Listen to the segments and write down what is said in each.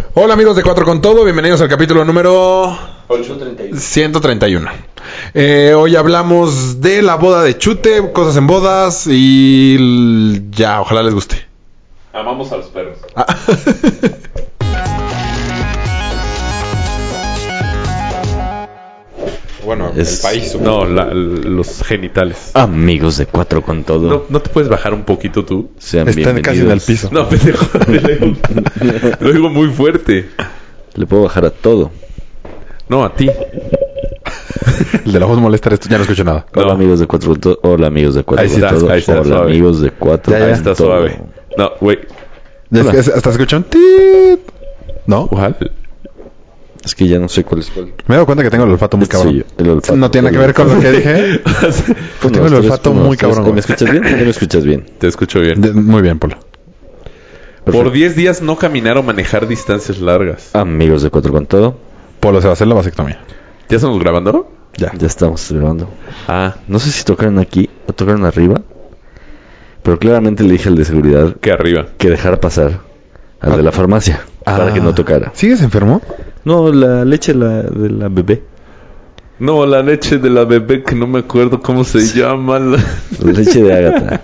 Hola amigos de Cuatro con Todo, bienvenidos al capítulo número 131. Hoy hablamos de la boda de Chute, cosas en bodas y ya, ojalá les guste. Amamos a los perros. Bueno, el país. No, los genitales. Amigos de Cuatro con Todo. ¿No te puedes bajar un poquito tú? Sean Están bienvenidos. casi en el piso. No, pendejo. Lo digo muy fuerte. Le puedo bajar a todo. No, a ti. El de la voz molesta, ya no escucho nada. Hola No. amigos de Cuatro con Todo. Hola amigos de Cuatro Ahí con está, Todo. ahí está, Hola suave. amigos de Cuatro Ya, con ya. Está Todo. suave. No, güey. ¿Hasta escuchan? ¡Tit! ¿No? ¿Cuál? Es que ya no sé cuál es cuál. Me he dado cuenta que tengo el olfato muy Este soy cabrón. yo, el olfato. No tiene que ver con lo que dije. Uno, tengo el dos, olfato uno, muy dos, tres. cabrón, ¿Me escuchas bien? ¿Me escuchas bien? Te escucho bien. Muy bien, Polo. Por 10 días no caminar o manejar distancias largas. Amigos de Cuatro con Todo. Polo se va a hacer la vasectomía. ¿Ya estamos grabando? Ya. Ya estamos grabando. Ah, No sé si tocaron aquí o tocaron arriba. Pero claramente le dije al de seguridad que arriba. que dejara pasar al de la farmacia para que no tocara. ¿Sigues enfermo? No, la leche de la bebé. No, la leche de la bebé que no me acuerdo cómo se llama. La leche de Ágata.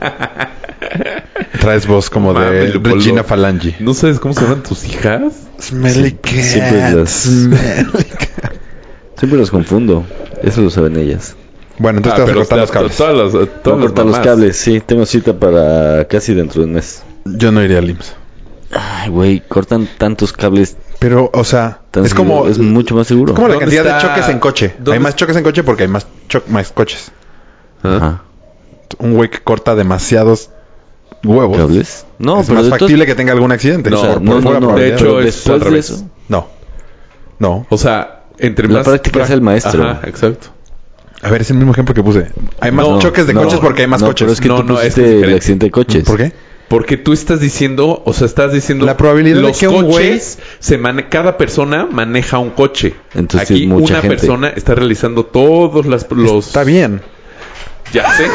Traes voz como de Mami, Polo. Regina Falangi. ¿No sabes cómo se llaman tus hijas? Smelly cat. Siempre las- Smelly cat. Siempre los confundo. Eso lo saben ellas. Bueno, entonces te vas a cortar los cables. Todas Voy a cortar los cables, sí. Tengo cita para casi dentro de un mes. Yo no iría al IMSS. Ay, güey, cortan tantos cables. Pero, o sea, tan es como... seguido. Es mucho más seguro. Es como la ¿Dónde cantidad está? de choques en coche. ¿Dónde Hay más choques en coche porque hay más coches. Ajá. Un güey que corta demasiados huevos. ¿Cables? No, Es pero más de factible que tenga algún accidente. No, O sea, por no, pura no, probabilidad. de hecho, pero es después al de revés. eso. No. O sea, entre La más... práctica es el maestro. Ajá, exacto. A ver, es el mismo ejemplo que puse. Hay más No, choques de no, coches porque hay más no, coches. Pero es que No, tú no, es pusiste que es el diferente. accidente de coches. ¿Por qué? Porque tú estás diciendo, o sea, estás diciendo... La probabilidad de los que un coches, cada persona maneja un coche. Entonces, Aquí mucha una gente. persona está realizando todos los... Está bien. Ya sé.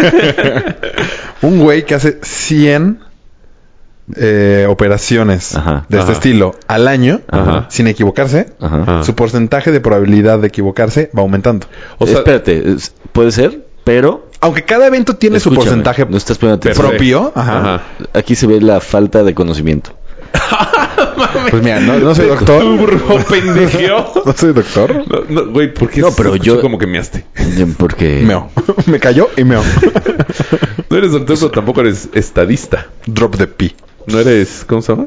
Un güey que hace 100 operaciones Ajá. de este Ajá. estilo al año, Ajá. sin equivocarse, Ajá. Ah. su porcentaje de probabilidad de equivocarse va aumentando. O sea, Espérate, puede ser, pero... Aunque cada evento tiene su escúchame, porcentaje no estás poniendo atención. propio. Ajá. Aquí se ve la falta de conocimiento. Pues mira, no soy doctor. Turbo pendejo. No soy doctor. No, güey, ¿por qué No, se pero escuchó yo- como que measte? Porque... Meo. Me cayó y meo. No eres doctor, pero tampoco eres estadista. Drop the P. No eres... ¿Cómo se llama?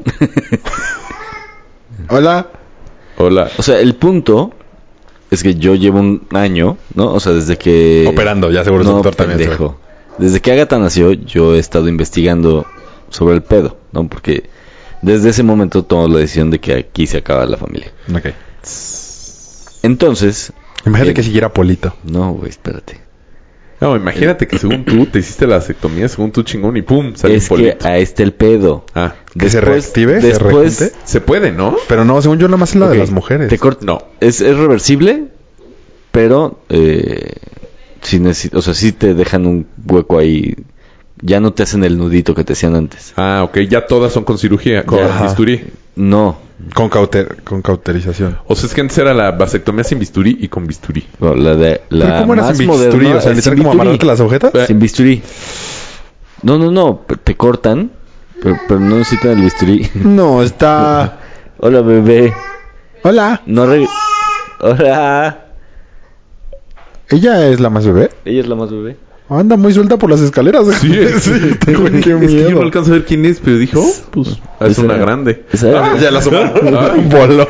Hola. Hola. O sea, el punto es que yo llevo un año, ¿no? O sea, desde que... Operando, ya seguro es no, doctor también. pendejo. Desde que Ágata nació, yo he estado investigando sobre el pedo, ¿no? Porque desde ese momento tomo la decisión de que aquí se acaba la familia. Ok. Entonces... Imagínate que siguiera Polito. No, güey, espérate. No, imagínate que según tú te hiciste la vasectomía, según tú chingón, y pum, salió Es un que polito. ahí está el pedo. Ah, Que se reactive, se Después... rejunte. se puede, ¿no? Pero no, según yo, nada más es la de Ok, las mujeres. te cort- No. Es reversible, pero si o sea, sí te dejan un hueco ahí. Ya no te hacen el nudito que te hacían antes. Ah, ok, ya todas son con cirugía, con Ya. bisturí. No, Con cauterización. O sea, es que antes era la vasectomía sin bisturí y con bisturí. no, la ¿Pero cómo era más sin bisturí? moderna O sea, es literal sin como amarrarte bisturí. las agujetas. Sin bisturí. No, te cortan, pero no necesitan el bisturí. No, está... Hola, bebé. Hola. No Hola. ¿Ella es la más bebé? Ella es la más bebé. Anda muy suelta por las escaleras. Sí, Güey, qué Es que yo no miedo. alcanzo a ver quién es, pero dijo, pues, es Esa- una grande. esa- Ya la asomaron. Ah. Voló.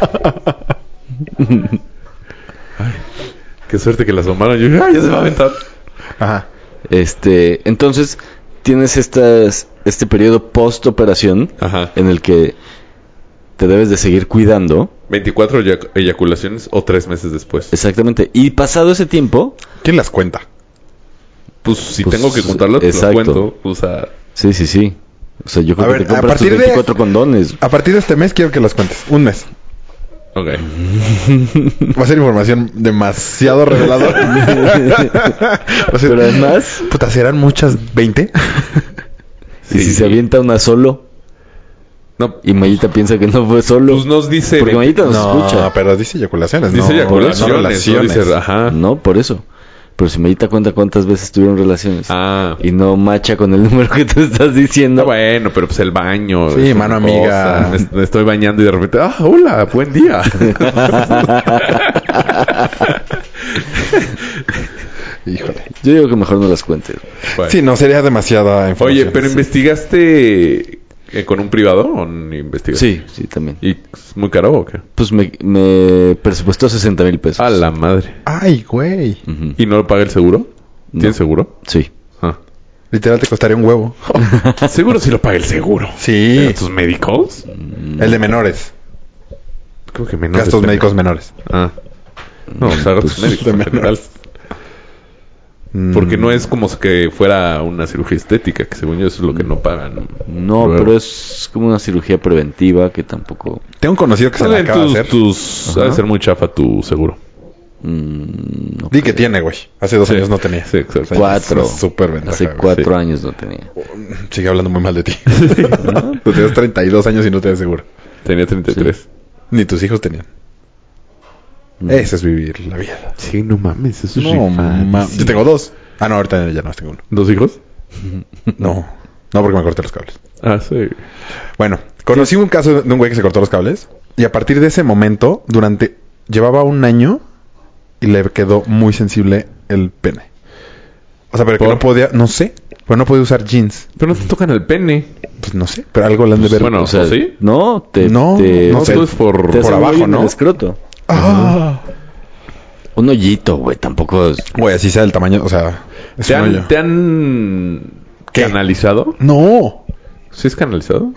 Qué suerte que la asomaron. Yo dije, ya se va a aventar. Ajá. Entonces tienes este periodo post operación Ajá. en el que te debes de seguir cuidando. 24 eyaculaciones o 3 meses después. Exactamente. Y pasado ese tiempo, ¿Quién las cuenta? Pues si Pues, tengo que contarlo, te lo exacto. cuento. O sea, sí. O sea, yo creo A que ver, te a compras tus partir de- 24 condones. A partir de este mes quiero que las cuentes. Un mes. ok. Va a ser información demasiado reveladora. Va a ser- Pero además, Puta, ¿serán muchas? ¿20? y si se avienta una solo, No, Y Mayita piensa que no fue solo. pues nos dice... Porque Mayita nos escucha. pero dice eyaculaciones. Dice no, eyaculaciones, no no relaciones. dice... Ajá. No, por eso. Pero si Mayita cuenta cuántas veces tuvieron relaciones. Ah. Y no macha con el número que tú estás diciendo. No, bueno, pero pues el baño. Sí, es mano una amiga. cosa. Me estoy bañando y de repente... Ah, hola, buen día. Híjole. Yo digo que mejor no las cuentes. Bueno. Sí, no, sería demasiada información. Oye, pero ¿investigaste con un privado o no investigaste? Sí, también. ¿Y es muy caro o qué? Pues me presupuestó 60,000 pesos. A la madre. Ay, güey. Ujú. ¿Y no lo paga el seguro? ¿Tienes No. seguro? Sí. Ah. Literal te costaría un huevo. Seguro sí lo paga el seguro. Sí. ¿Pero tus médicos? El de menores. Creo que menos. Gastos depende. médicos menores. Ah. No, o sea, gastos médicos en general. Porque no es como que fuera una cirugía estética, que según yo eso es lo que no pagan. No, Luego. pero es como una cirugía preventiva que tampoco... Tengo un conocido que se la acaba de hacer. Ha de ser muy chafa tu seguro. no Di que tiene, güey. Hace 2 Sí. años no tenía. Sí, exacto. 4. Es súper ventaja, Hace güey. 4 sí. años no tenía. Sigue hablando muy mal de ti. Tú tienes 32 años y no tienes seguro. Tenía 33. Ni tus hijos tenían. Eso es vivir la vida. Sí, no mames, eso es No, rifadísimo. yo tengo 2. Ah, no, ahorita ya no tengo uno. ¿Dos hijos? No, porque me corté los cables. Ah, sí. Bueno, conocí un caso de un güey que se cortó los cables. Y a partir de ese momento, llevaba 1 año y le quedó muy sensible el pene. O sea, pero que ¿Por? no podía, no sé, pero no podía usar jeans. Pero no te tocan el pene. Pues no sé, pero algo le han de ver. Bueno, O sea, ¿sí? No, No sé. Pues por te hace un abajo, hoyo en ¿no? el escroto. Ah. Un hoyito, güey, tampoco es... Güey, así sea el tamaño, o sea, es un hoyo. ¿Te han ¿Qué? canalizado? No, ¿Sí es canalizado?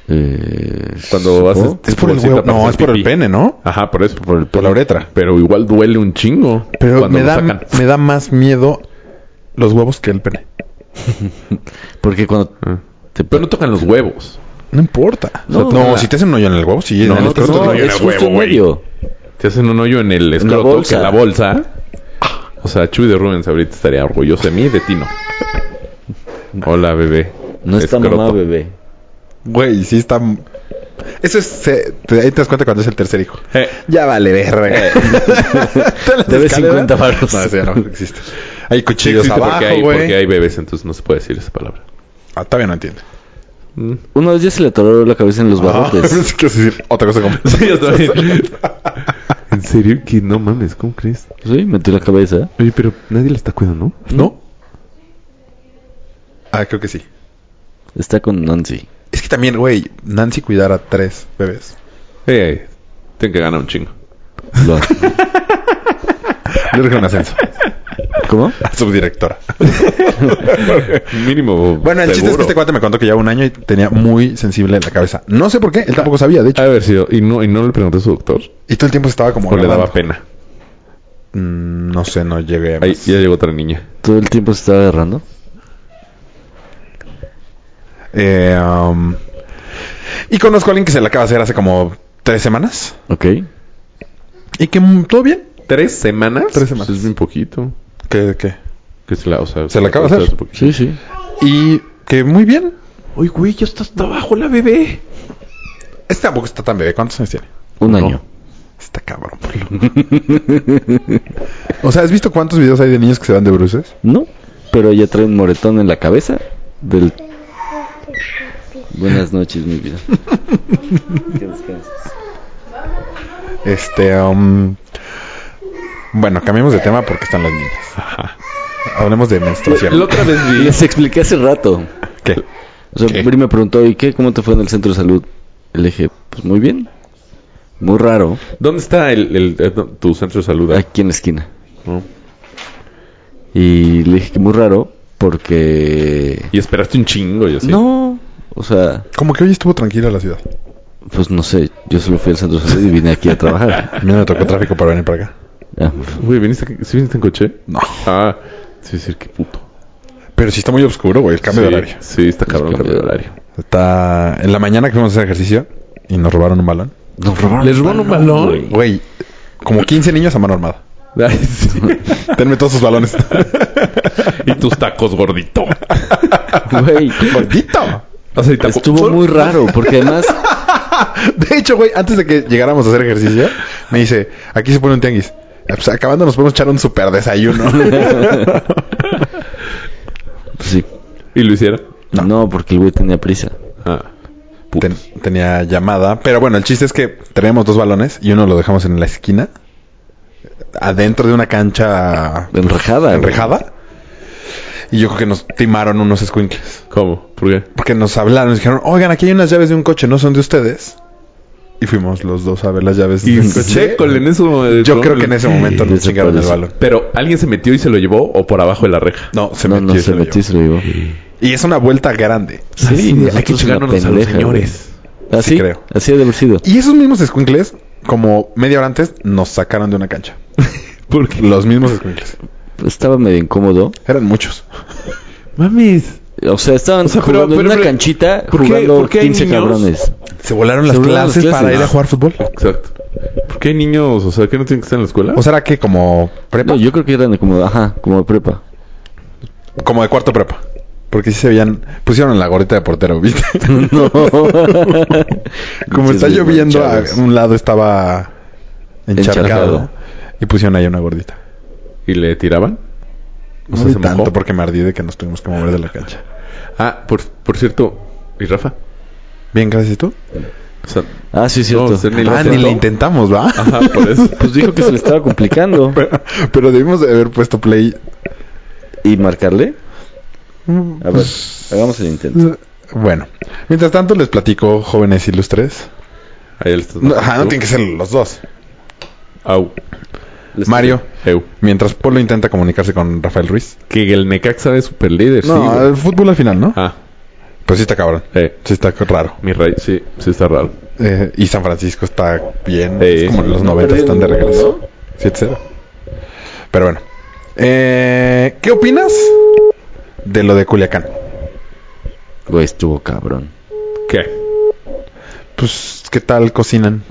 Cuando haces... supongo. es por el bolsita huevo, para no, hacer es por el pipí. pene, ¿no? Ajá, por eso. Por la uretra. Pero igual duele un chingo. Pero cuando me lo da, sacan. me da más miedo los huevos que el pene. Porque cuando... Ah. Pero no tocan los huevos. No importa. No. O sea, no, si te hacen un hoyo en el huevo, sí. No, en el no te escroto hacen un te- hoyo en es el justo huevo, en güey. medio. Te hacen un hoyo en el escroto, bolsa. que la bolsa. O sea, Chuy de Rubens ahorita estaría orgulloso de mí y de ti no. Hola, bebé. No está Escroto. mamá, bebé. Güey, sí está... Eso es... ahí te das cuenta cuando es el tercer hijo. Eh, Ya vale, verga. Debe 50 varos. No, eso ya no existe. Hay sí cuchillos existe abajo, porque güey. hay bebés, entonces no se puede decir esa palabra. Ah, todavía no entiende. Una vez ya se le atoró la cabeza en los Ah, barrotes. es que decir otra cosa como... Sí, yo también. ¿En serio? Que no mames, ¿cómo crees? Sí, metió la cabeza. Oye, pero nadie la está cuidando, ¿no? ¿No? Ah, creo que sí. Está con Nancy. Es que también, güey, Nancy cuidar a 3 bebés. Tienen que ganar un chingo. Lo- Le urge un ascenso. ¿Cómo? A subdirectora. Mínimo. Bueno, el chiste es que seguro. este cuate me contó que lleva 1 año y tenía muy sensible la cabeza. No sé por qué, él tampoco sabía, de hecho. Ha de haber sido. ¿Y no le pregunté a su doctor? Y todo el tiempo estaba como... ¿O le grabando. daba pena? No sé, no llegué a Ahí más. ya llegó otra niña. Todo el tiempo se estaba agarrando. Y conozco a alguien que se la acaba de hacer hace como 3 semanas. Ok. Y que todo bien. 3 semanas. 3 semanas. Pues es bien poquito. ¿Qué? Que se la, o sea, ¿Se la acaba de hacer? hace poquito. Sí, sí. Y que muy bien. Oye, güey, ya está hasta abajo la bebé. Este tampoco está tan bebé. ¿Cuántos años tiene? Un No. año. Está cabrón. O sea, ¿has visto cuántos videos hay de niños que se van de bruces? No, pero ya trae un moretón en la cabeza del... Buenas noches, mi vida. Que descanses. Bueno, cambiemos de tema porque están las niñas. Hablemos de menstruación. La otra vez vi. Les expliqué hace rato. ¿Qué? O sea, ¿Qué? Bri me preguntó, ¿y qué? ¿Cómo te fue en el centro de salud? Le dije, pues muy bien. Muy raro. ¿Dónde está tu centro de salud? Aquí en la esquina. ¿No? Y le dije que muy raro porque... Y esperaste un chingo y así. No, o sea, Como que hoy estuvo tranquila la ciudad. pues no sé. Yo solo fui al centro de salud y vine aquí a trabajar. A mí no me tocó tráfico para venir para acá. Ah, Güey, ¿sí viniste en coche? No. Ah, sí, decir qué puto. Pero sí está muy oscuro, güey, el cambio Sí, de horario. Sí, está cabrón el cambio de horario. Está... En la mañana que fuimos a hacer ejercicio y nos robaron un balón. nos robaron. ¿Les robaron un balón? güey. Güey, como 15 niños a mano armada. Ay, sí. Tenme todos sus balones. Y tus tacos, gordito. Güey, ¡Gordito! O sea, y tampoco... Estuvo muy raro, porque además... De hecho, güey, antes de que llegáramos a hacer ejercicio, me dice, aquí se pone un tianguis. Pues acabando nos podemos echar un super desayuno. Sí. ¿Y lo hicieron? No, porque el güey tenía prisa. Ah. Tenía llamada. Pero bueno, el chiste es que teníamos 2 balones y uno lo dejamos en la esquina. Adentro de una cancha... Enrejada. Enrejada. Y yo creo que nos timaron unos escuincles. ¿Cómo? ¿Por qué? Porque nos hablaron, nos dijeron, oigan, aquí hay unas llaves de un coche, ¿no son de ustedes? Y fuimos los dos a ver las llaves Y del coche. sécole, en eso... Yo creo que en ese momento nos chingaron el balón. Pero, ¿alguien se metió y se lo llevó o por abajo de la reja? No, se No, metió. se metió y se lo llevó. Y es una vuelta grande. Sí, hay que chingarnos a los señores. Así, Sí, creo. así debe haber sido. Y esos mismos escuincles, como media hora antes, nos sacaron de una cancha. ¿Por qué? Los mismos escuincles. Estaba medio incómodo. Eran muchos. Mames. O sea, estaban jugando en una canchita, jugando 15 cabrones. Se volaron las clases para ir a jugar fútbol. Exacto. ¿Por qué hay niños? O sea, ¿que no tienen que estar en la escuela? ¿O será que como prepa? No, yo creo que eran como de prepa. Como de cuarto prepa. Porque sí se veían... Pusieron la gorrita de portero, ¿viste? No. Como está Pinches lloviendo, a manchados. un lado estaba encharcado. Encharcado. Y pusieron ahí una gordita. ¿Y le tiraban? O No sea, vi ¿se mojó? tanto porque me ardí de que nos tuvimos que mover de la cancha. Ah, por cierto. ¿Y Rafa? Bien, gracias. ¿Y tú? O sea, Ah, sí, cierto. usted ni lo Ni intentó. le intentamos, ¿va? Ajá, por eso. Pues dijo que se le estaba complicando. Pero debimos de haber puesto play. ¿Y marcarle? A ver, hagamos el intento. Bueno. Mientras tanto, les platico, jóvenes ilustres. Ahí él está. No, no tienen que ser los dos. Au. Mario, Eu. mientras Polo intenta comunicarse con Rafael Ruiz. Que el Necaxa es super líder, No, sí, güey. el fútbol al final, ¿no? Ah, Pues sí está cabrón. Sí está raro. mi rey, sí está raro. Y San Francisco está bien. Sí. Es como los 90 están de regreso. 7-0. Pero bueno. ¿Qué opinas de lo de Culiacán? Güey, estuvo cabrón. ¿Qué? Pues, ¿qué tal cocinan?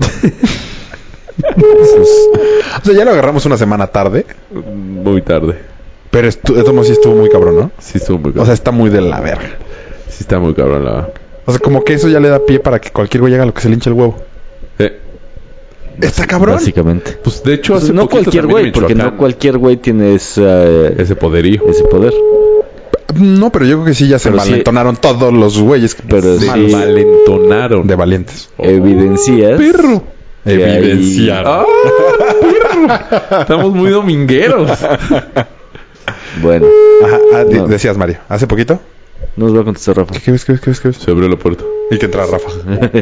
O sea, ya lo agarramos una semana tarde. Muy tarde. Pero esto sí estuvo muy cabrón, ¿no? Sí estuvo muy cabrón. O sea, está muy de la verga. sí está muy cabrón la... O sea, como que eso ya le da pie para que cualquier güey haga lo que se le hinche el huevo. ¿Está cabrón? Básicamente. Pues de hecho, Pues hace no poquito cualquier también güey, porque Michoacán, no cualquier güey tiene ese poderío. ese poder. No, pero yo creo que sí ya se Pero sí. envalentonaron todos los güeyes. Pero Se sí valentonaron. De valientes. evidencias. ¡Perro! que hay- Evidenciar. ¡Ah, perro! Estamos muy domingueros. Bueno, Ajá, No. decías, Mario. ¿Hace poquito? no nos va a contestar Rafa. ¿Qué ves? Se abrió la puerta. Y que entra Rafa.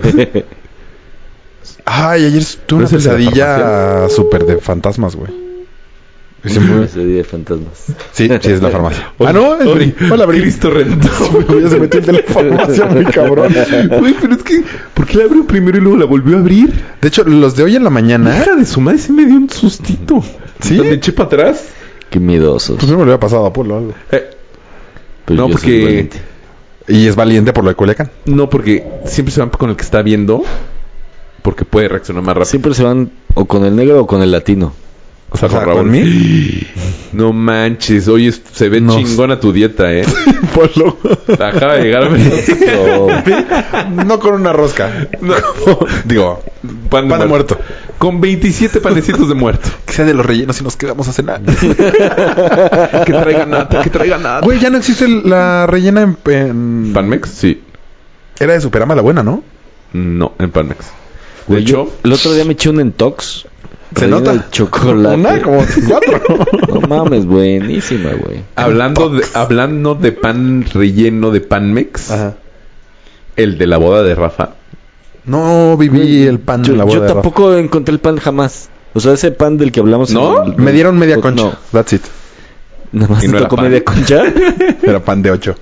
Ay, ayer tuve ¿No una es el de la pesadilla súper de fantasmas, güey. Y se me- Ese día de fantasmas. Sí, es la farmacia. Oye, No, es oye, Hola, Bri. Cristo Redentor. Ya se metió el de la farmacia, muy cabrón. Güey, pero es que... ¿Por qué la abrió primero y luego la volvió a abrir? De hecho, los de hoy en la mañana... Cara de su madre sí me dio un sustito. ¿Sí? Me eché para atrás. Qué miedosos. Pues no me lo había pasado a Polo o algo. Pero no, yo soy porque- valiente. Y es valiente por lo de Culiacán. No, porque siempre se van con el que está viendo. Porque puede reaccionar más rápido. Siempre se van o con el negro o con el latino. O sea, O sea, con Raúl. ¿con mí? No manches. Oye, se ve No. chingona tu dieta, ¿eh? Polo. Acaba de llegar No con una rosca. No. Digo, Pan pan de muerto. Con 27 panecitos de muerto. Que sea de los rellenos y nos quedamos a cenar. Que traiga nata, que traiga nata. Güey, ya no existe la rellena en... ¿Panmex? Sí. Era de Superama la buena, ¿no? No, en Panmex. De Güey, hecho, el otro día me eché un Entox. Se relleno nota. de chocolate. Una, como 4. No mames, buenísima, güey. hablando de pan relleno de Panmex, Ajá. el de la boda de Rafa. No viví el pan Yo, en la boda yo de Rafa. tampoco encontré el pan jamás. O sea, ese pan del que hablamos. ¿No? en el- Me dieron media no, concha. That's it. Nada más Y te no era tocó pan. media concha. Era pan de 8.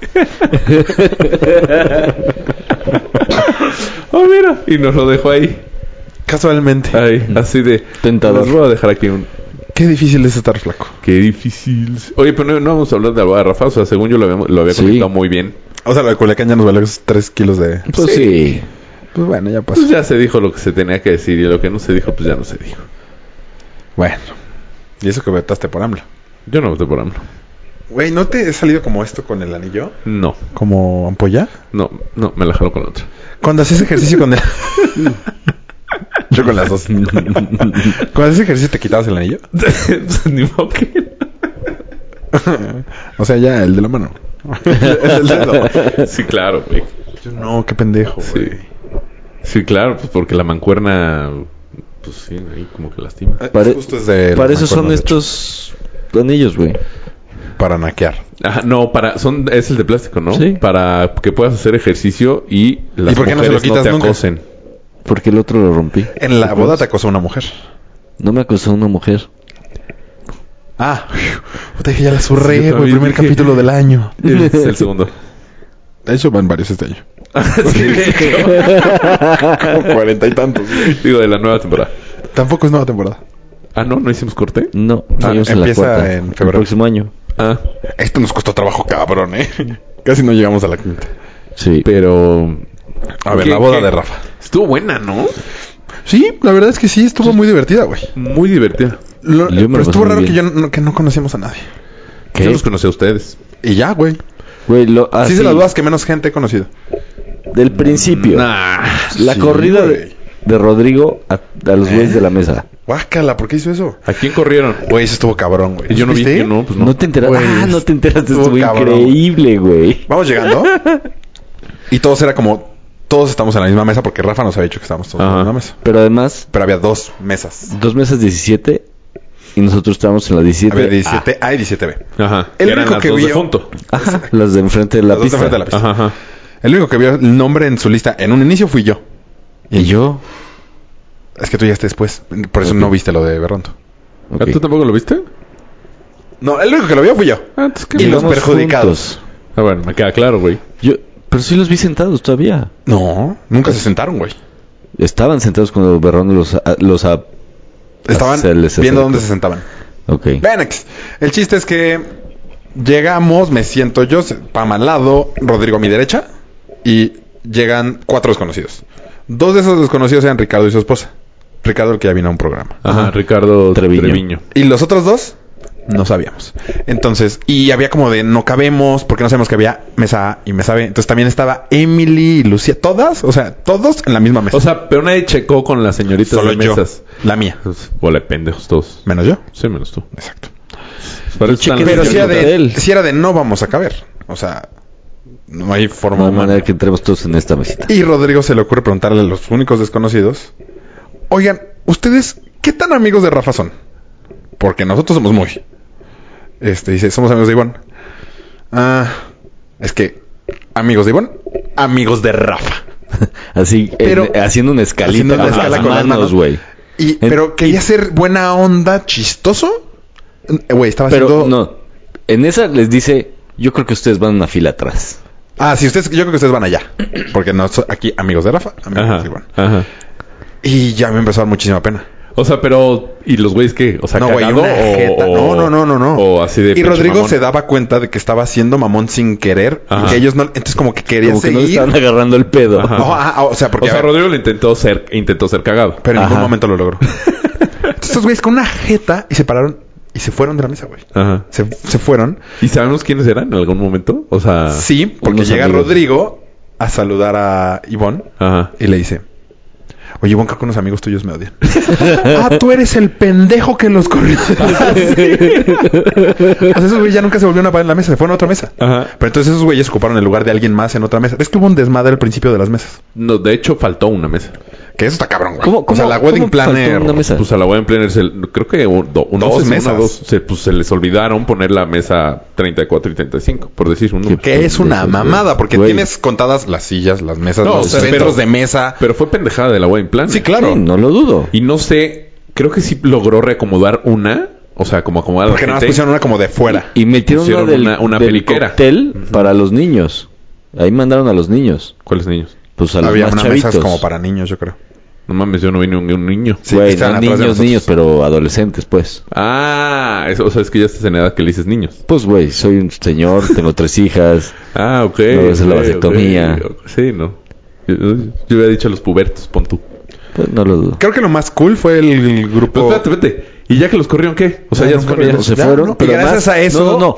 Oh, mira. Y nos lo dejó ahí. Casualmente. Ahí, así de... Tentador. Les voy a dejar aquí un... Qué difícil es estar flaco. Qué difícil. Oye, pero no vamos a hablar de la boda de Rafa. O sea, según yo lo había Sí. comentado muy bien. O sea, lo de Culiacán ya nos valió 3 kilos de... Pues sí. Pues bueno, ya pasó. Pues ya se dijo lo que se tenía que decir. Y lo que no se dijo, pues ya no se dijo. Bueno. Y eso que vetaste por AMLO. Yo no voté por AMLO. Güey, ¿no te he salido como esto con el anillo? No. ¿Como ampolla? No, me la jalo con la otra. Cuando haces ejercicio con el... Yo con las dos. Cuando haces ejercicio, ¿te quitabas el anillo? Ni modo que... O sea, ya, el de la mano. El dedo. Sí, claro, güey. Yo no, qué pendejo, güey. Sí, claro, pues porque la mancuerna... Pues sí, ahí como que lastima. Justo es de Para las eso son mancuernas, de estos anillos, güey. hecho. Para naquear. Ajá, no, es el de plástico, ¿no? Sí. Para que puedas hacer ejercicio y las ¿Y por qué no se lo mujeres quitas te nunca? acosen. Porque el otro lo rompí. En la boda te acosó una mujer. No me acosó una mujer. Ah, puta, dije, ya la zurré, Sí, yo güey. también Primer dije. capítulo del año. Es el segundo. De hecho, van varios este año. Sí, de hecho. Como 40 y tantos. Digo, de la nueva temporada. Tampoco es nueva temporada. Ah, ¿no hicimos corte? No, seguimos en la empieza cuarta. en El febrero. próximo año. Ah, Esto nos costó trabajo, cabrón, Casi no llegamos a la quinta. Sí. pero... A ver, ¿Qué- la boda qué? de Rafa. Estuvo buena, ¿no? Sí, la verdad es que sí, estuvo muy divertida, güey. Muy divertida. Yo me Pero lo estuvo pasé raro muy que no conocíamos a nadie. ¿Qué? Yo los conocí a ustedes. Y ya, güey. Güey, Sí, de las dudas que menos gente he conocido. Del principio. Nah. La Sí, corrida güey. de Rodrigo a los güeyes de la mesa. Guácala, ¿por qué hizo eso? ¿A quién corrieron? Güey, eso estuvo cabrón, güey. Y yo no vi ¿Viste? que no, pues no. No te enteraste. Güey, No te enteraste. estuvo Estuvo cabrón, increíble, güey. Vamos llegando. Y todos era como... Todos estamos en la misma mesa porque Rafa nos había dicho que estábamos todos en la Ajá. misma mesa. Pero además, Pero había dos mesas. 2 mesas 17 y nosotros estábamos en la 17. Había 17A y 17B. Ajá. El Eran único las que dos de vio- junto. Ajá, las de enfrente de la Las dos de pista. frente de la pista. Ajá, ajá. El único que vio el nombre en su lista en un inicio fui yo. ¿Y yo? Es que tú llegaste después. Por eso no viste lo de Berronto. Ok. ¿Ah, ¿tú tampoco lo viste? No, el único que lo vio fui yo. Ah, entonces Y qué los Íbamos perjudicados. juntos. Ah, bueno, me queda claro, güey. Pero sí los vi sentados todavía. No, nunca se sentaron, güey. Estaban sentados cuando Berrón Estaban se les viendo acercó. dónde se sentaban. Ok. Venex. El chiste es que llegamos, me siento yo, Pam al lado, Rodrigo a mi derecha, y llegan 4 desconocidos. 2 de esos desconocidos eran Ricardo y su esposa. Ricardo, el que ya vino a un programa. Ajá, Ricardo Treviño. Treviño. Y los otros 2 no sabíamos. Entonces, y había como de no cabemos, porque no sabemos que había mesa A y mesa B. Entonces también estaba Emily y Lucía, todas, o sea, todos en la misma mesa. O sea, pero nadie checó con las señoritas solo de yo, mesas. la mía, Pues, bola de pendejos todos. menos yo. Sí, menos tú. Exacto. Para eso están las Pero si era, señoritas. si era de no vamos a caber. O sea, no hay forma No hay humana. manera que entremos todos en esta mesita. Y Rodrigo se le ocurre preguntarle a los únicos desconocidos: oigan, ¿ustedes qué tan amigos de Rafa son? Porque nosotros somos muy. Dice, somos amigos de Ivonne. Ah, es que, amigos de Ivonne, amigos de Rafa. Así, Pero- haciendo una escalita Haciendo una con, escala las con las manos. manos, güey. Pero quería ser buena onda, chistoso. Güey, estaba Pero haciendo... no, en esa les dice, yo creo que ustedes van una fila atrás. Ah, sí, yo creo que ustedes van allá. Porque no, aquí amigos de Rafa, amigos Ajá, de Ivonne. ajá. Y ya me empezó a dar muchísima pena. O sea, pero... ¿Y los güeyes qué? O sea, No, güey, cagado una jeta. No. O así de... Y pinche Rodrigo mamón. se daba cuenta de que estaba haciendo mamón sin querer. Y Ajá. que ellos no... Entonces como que querían Como que no le seguir. estaban agarrando el pedo. Ajá. O sea, porque... O sea, a ver, Rodrigo le intentó ser cagado. pero en ningún Ajá. momento lo logró. Entonces estos güeyes con una jeta y se pararon y se fueron de la mesa, güey. Ajá. Se fueron. ¿Y sabemos quiénes eran en algún momento? O sea... Sí, porque unos llega amigos. Rodrigo a saludar a Ivonne Ajá. y le dice: oye, Ivonne, creo que unos amigos tuyos me odian. Ah, tú eres el pendejo que los corrió. O sea, esos güeyes ya nunca se volvieron a parar en la mesa, se fueron a otra mesa. Ajá. Pero entonces esos güeyes ocuparon el lugar de alguien más en otra mesa. ¿Ves que hubo un desmadre al principio de las mesas? No, de hecho, faltó una mesa. Que eso está cabrón, güey. ¿Cómo- O sea, la cómo wedding faltó planner... una mesa? Pues a la wedding planner creo que Dos mesas. se les olvidaron poner la mesa 34 y 35, por decir un número. Que es una mamada, porque Güey. tienes contadas las sillas, las mesas, No, los o sea, centros pero- de mesa. Pero fue pendejada de la wedding planner. Sí, claro. Sí, no lo dudo. Y no sé, creo que sí logró reacomodar una, o sea, como acomodar a la Porque nada más gente. pusieron una como de fuera. Y metieron Pusieron una del peliquera. cóctel para los niños. Ahí mandaron a los niños. ¿Cuáles niños? Pues a los Había más unas chavitos. mesas como para niños, yo creo. No mames, yo no vi ni un niño. Sí, Güey, estaban no atrás de niños, nosotros. niños, pero adolescentes, pues. Ah, eso, o sea, es que ya estás en edad que le dices niños. Pues, güey, soy un señor, tengo 3 hijas. Ah, ok. No, esa es la ok, vasectomía. ok. Sí, no. Yo había dicho a los pubertos, pon tú. Pues no lo dudo. Creo que lo más cool fue el Pero grupo... espérate, vete. ¿Y ya que los corrieron qué? O sea, No, ya no se fueron. corrieron. Se Ya, fueron, ¿no? pero Y gracias además- a eso... No.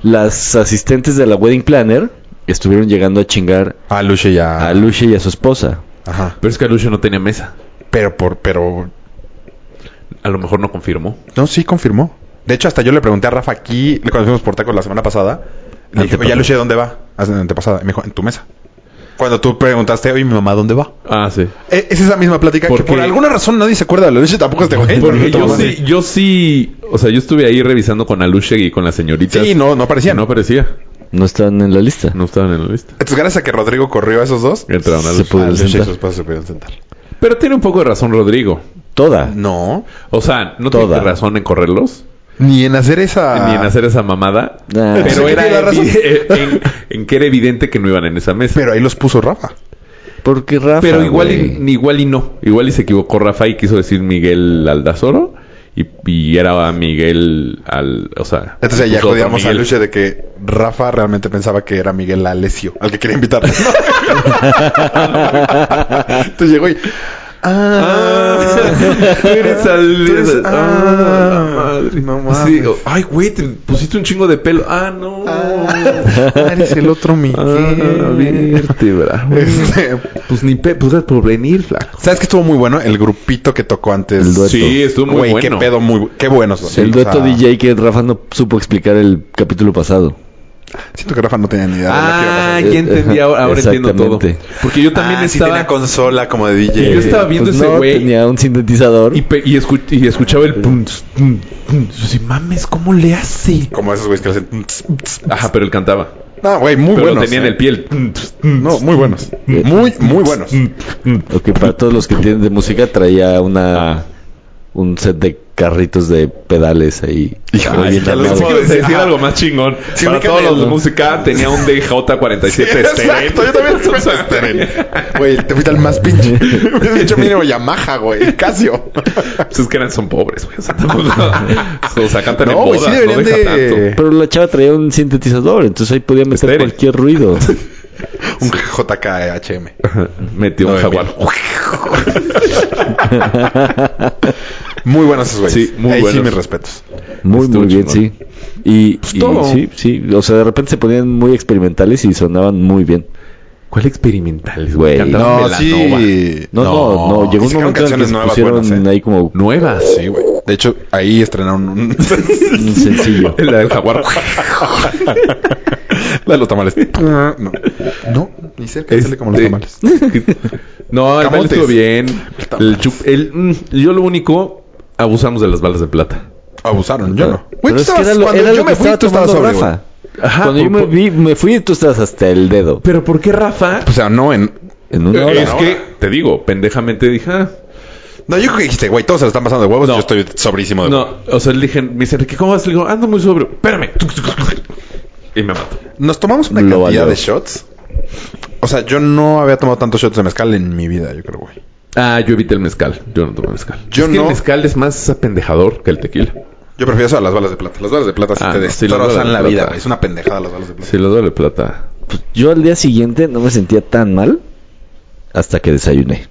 las asistentes de la wedding planner estuvieron llegando a chingar A Lucia ya. a Lucia y a su esposa. Ajá. Pero es que Lucio no tenía mesa. Pero A lo mejor no confirmó. no, sí confirmó. De hecho, hasta yo le pregunté a Rafa aquí, cuando fuimos por tacos la semana pasada, le dije, oye, Lucia, ¿dónde va? Antepasada. Y me dijo, en tu mesa. Cuando tú preguntaste, oye, mi mamá, ¿dónde va? Ah, sí. Es esa misma plática que por alguna razón nadie se acuerda de la Lucia, tampoco este güey. Porque yo sí, o sea, yo estuve ahí revisando con Alucia y con las señoritas. Sí, no aparecían. No aparecía. No están en la lista. No estaban en la lista. Entonces, gracias a que Rodrigo corrió a esos dos, Entraron a Se Lucia. pudo- Lucia y sentar. su esposa se pudieron sentar. Pero tiene un poco de razón Rodrigo. Toda. No, O sea, no Toda. tiene razón en correrlos, ni en hacer esa... ni en hacer esa mamada. Nah. Pero Sí, era tiene razón. en que era evidente que no iban en esa mesa. Pero ahí los puso Rafa. Porque Rafa, Pero igual güey. igual y no. Igual y se equivocó Rafa y quiso decir Miguel Aldazoro. Y era Miguel o sea... Entonces ya puso otro jodíamos a Miguel. Lucia de que Rafa realmente pensaba que era Miguel Alessio, al que quería invitar. Entonces llegó y... Eres madre. No mames. Sí, ay, güey, te pusiste un chingo de pelo. Ah, no. eres el otro Miguel. Vértebra. Pues ni pues gracias por venir, flaco. ¿Sabes qué estuvo muy bueno? El grupito que tocó antes. El dueto. Sí, estuvo muy Güey, bueno. qué pedo qué buenos son. El O dueto sea, DJ que Rafa no supo explicar el capítulo pasado. Siento que Rafa no tenía ni idea de lo que iba a Ah, pasar. ya entendí, ahora entiendo todo. Exactamente. Porque yo también sí estaba... tenía consola como de DJ. Y yo estaba viendo Pues ese no, güey tenía un sintetizador. y escuchaba el pum, pum, pum. Yo decía, mames, ¿cómo le hace? Como esos güeyes que hacen... Ajá, pero él cantaba. No, güey, muy Pero buenos. lo tenía en el piel. No, muy buenos. Muy buenos. Ok, para todos los que entienden de música, traía un set de carritos de pedales ahí. Híjole, Bien ya lo armado. puedo decir Ajá. algo más chingón. Sí, Para ubícame todos los de el- música tenía un DJ47 Exacto, yo también tuve ese Steren. Güey, te fuiste al más pinche. De hecho, mínimo Yamaha, güey. Casio. Pues es que son pobres, güey. O sea, o sea, cantan en No, güey, bodas, sí deberían no deja de... tanto. Pero la chava traía un sintetizador, entonces ahí podía meter Estéreo. cualquier ruido. Un JKHM. Metió un 9,000. jaguar. Muy buenos esos güeyes. Sí, muy Ahí buenos. sí, mis respetos. Muy, Estuvo muy bien, chingón. sí. Y todo. sí, sí. O sea, de repente se ponían muy experimentales y sonaban muy bien. ¿Cuál experimentales, Güey. Cantaban No, Belanova. sí. No. Llegó Y un sacaron momento en que canciones se nuevas pusieron buenas, ¿eh? ahí como Nuevas. Sí, güey. De hecho, ahí estrenaron un... un sencillo. La del jaguar. La de los tamales. No, ni cerca sale como los tamales. No, el baile Camotes. estuvo bien. Tamales. Yo lo único, abusamos de las balas de plata. Abusaron, yo no. Pero Güey, tú es que estabas... era Cuando lo yo que me fui, estaba tú estabas tomando sobre, güey. Rafa. Ajá, Cuando yo me fui, tú estabas hasta el dedo. Pero ¿por qué Rafa? O sea, no en... En una hora. Es que, te digo, pendejamente dije, No, yo creo que dijiste, güey, todos se lo están pasando de huevos. No. Yo estoy sobrísimo de no, huevos. o sea, le dije, me dice, Enrique, ¿cómo vas? Le digo, ando muy sobrio. Espérame. Y me mato. Nos tomamos una Lo cantidad valió. de shots. O sea, yo no había tomado tantos shots de mezcal en mi vida, yo creo, güey. Ah, yo evité el mezcal. Yo no tomo mezcal. Yo Es que no. el mezcal es más apendejador que el tequila. Yo prefiero eso a las balas de plata. Las balas de plata sí Ah, te no, sí, las destrozan balas de la plata. vida, güey. Es una pendejada las balas de plata. Si le duele plata. Pues yo al día siguiente no me sentía tan mal hasta que desayuné.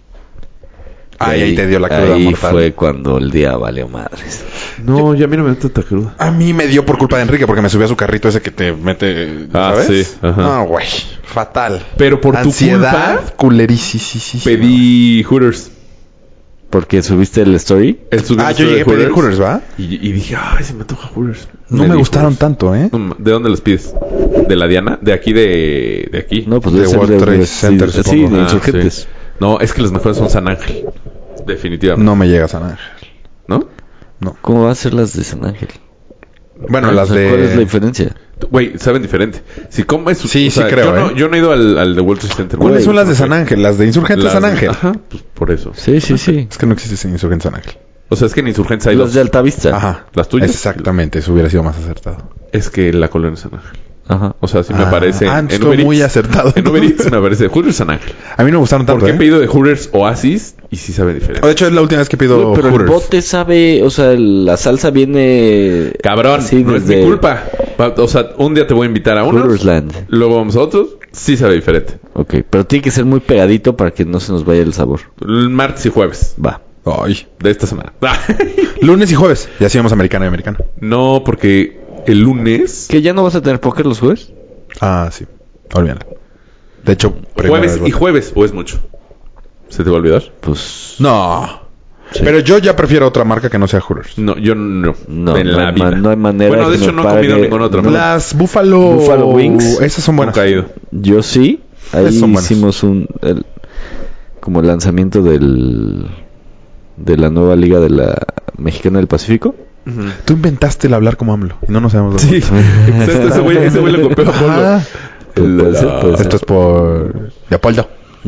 Ahí te dio la cruda ahí mortal. fue cuando el día valió madres. No, ya a mí no me da tanta cruda. A mí me dio por culpa de Enrique porque me subió a su carrito ese que te mete, Ah, ¿sabes? sí, ajá. No, güey. Fatal. Pero por tu Ansiedad, culpa, culerísima. pedí Hooters. Porque subiste el story. Él subió Ah, el yo story llegué de a pedir Hooters, ¿va? Y dije, ay, se me antoja Hooters. No me Pedí gustaron Hooters. tanto, ¿eh? ¿De dónde los pides? ¿De la Diana? ¿De aquí de aquí? No, pues De debe ser World Trade sí, Center, sí, supongo. de Ah, Insurgentes. sí. No, es que los mejores son San Ángel. Definitivamente. No me llegas a nada. ¿No? ¿Cómo va a ser las de San Ángel? Bueno, las O sea, ¿cuál es la de... diferencia? Güey, saben diferente. Si comes... Sí, sí creo, yo no he ido al de World Trade Center. ¿Cuáles Güey, son las de no San sé. Ángel? Las de Insurgentes Las San de- Ángel. Ajá, pues por eso. Sí, sí, sí. Es que no existe Insurgentes San Ángel. O sea, es que en Insurgentes hay Las dos. de Altavista. Ajá. ¿Las tuyas? Exactamente, eso hubiera sido más acertado. Es que la colonia San Ángel. Ajá. O sea, sí me aparece estuvo muy Eats. acertado. En Uber Eats me aparece Hooters San Ángel. A mí no me gustaron tanto, Porque he ¿eh? pedido de Hooters Oasis y sí sabe diferente. De hecho, es la última vez que pido Güey, pero el Hooters. bote sabe, o sea, la salsa viene... Cabrón, Sí, no es desde mi culpa. O sea, un día te voy a invitar a unos, Hootersland. luego vamos a otros, sí sabe diferente. Ok, pero tiene que ser muy pegadito para que no se nos vaya el sabor. El martes y jueves Va. Ay. de esta semana. Lunes y jueves. Ya hacíamos americana y americana. No, porque el lunes. ¿Que ya no vas a tener póker los jueves? Ah, sí. Olvídalo. De hecho, Jueves y jueves, ¿o es mucho? ¿Se te va a olvidar? Pues... No. Sí. Pero yo ya prefiero otra marca que no sea Hooters. No, yo no. No, en no la hay vida. no hay manera. Bueno, de que hecho me no he comido pague- ninguna otra. no. Las Buffalo Wings. Esas son buenas. Nunca he ido. Yo sí. Ahí Esas son buenas. hicimos como el lanzamiento de la nueva liga de la Mexicana del Pacífico. Tú inventaste el hablar como AMLO. Y no nos sabemos. Sí. ese güey le copió a Polo. Ajá. Puede ser, puede ser. Esto es por Leopoldo.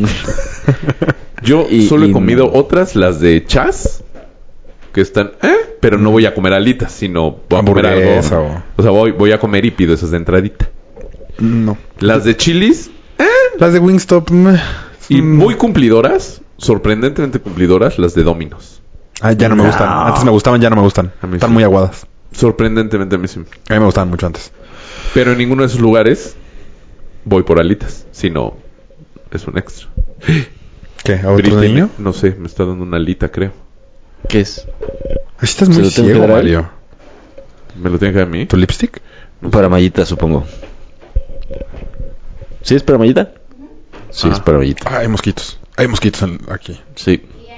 Yo solo he comido otras, las de Chas, que están, pero no voy a comer alitas, sino voy a comer Hamburguesa algo. O sea, voy a comer y pido esas de entradita. No. Las de Chili's, Las de Wingstop. y muy cumplidoras, sorprendentemente cumplidoras, las de Domino's. Ah, ya no me gustan. Antes me gustaban, ya no me gustan. A mí Están sí. muy aguadas. Sorprendentemente a mí sí. A mí me gustaban mucho antes. Pero en ninguno de esos lugares voy por alitas, sino es un extra. ¿Qué? ¿A otro Britney, niño? no sé, me está dando una alita, creo. ¿Qué es? Estás ¿Se muy lo tengo que ciego, dar a él? Mario. ¿Me lo tiene que dar a mí? ¿Tu lipstick? Para Mayita, supongo. ¿Sí es para Mayita? Sí, es para Mayita. Ah, hay mosquitos. Hay mosquitos aquí. Sí.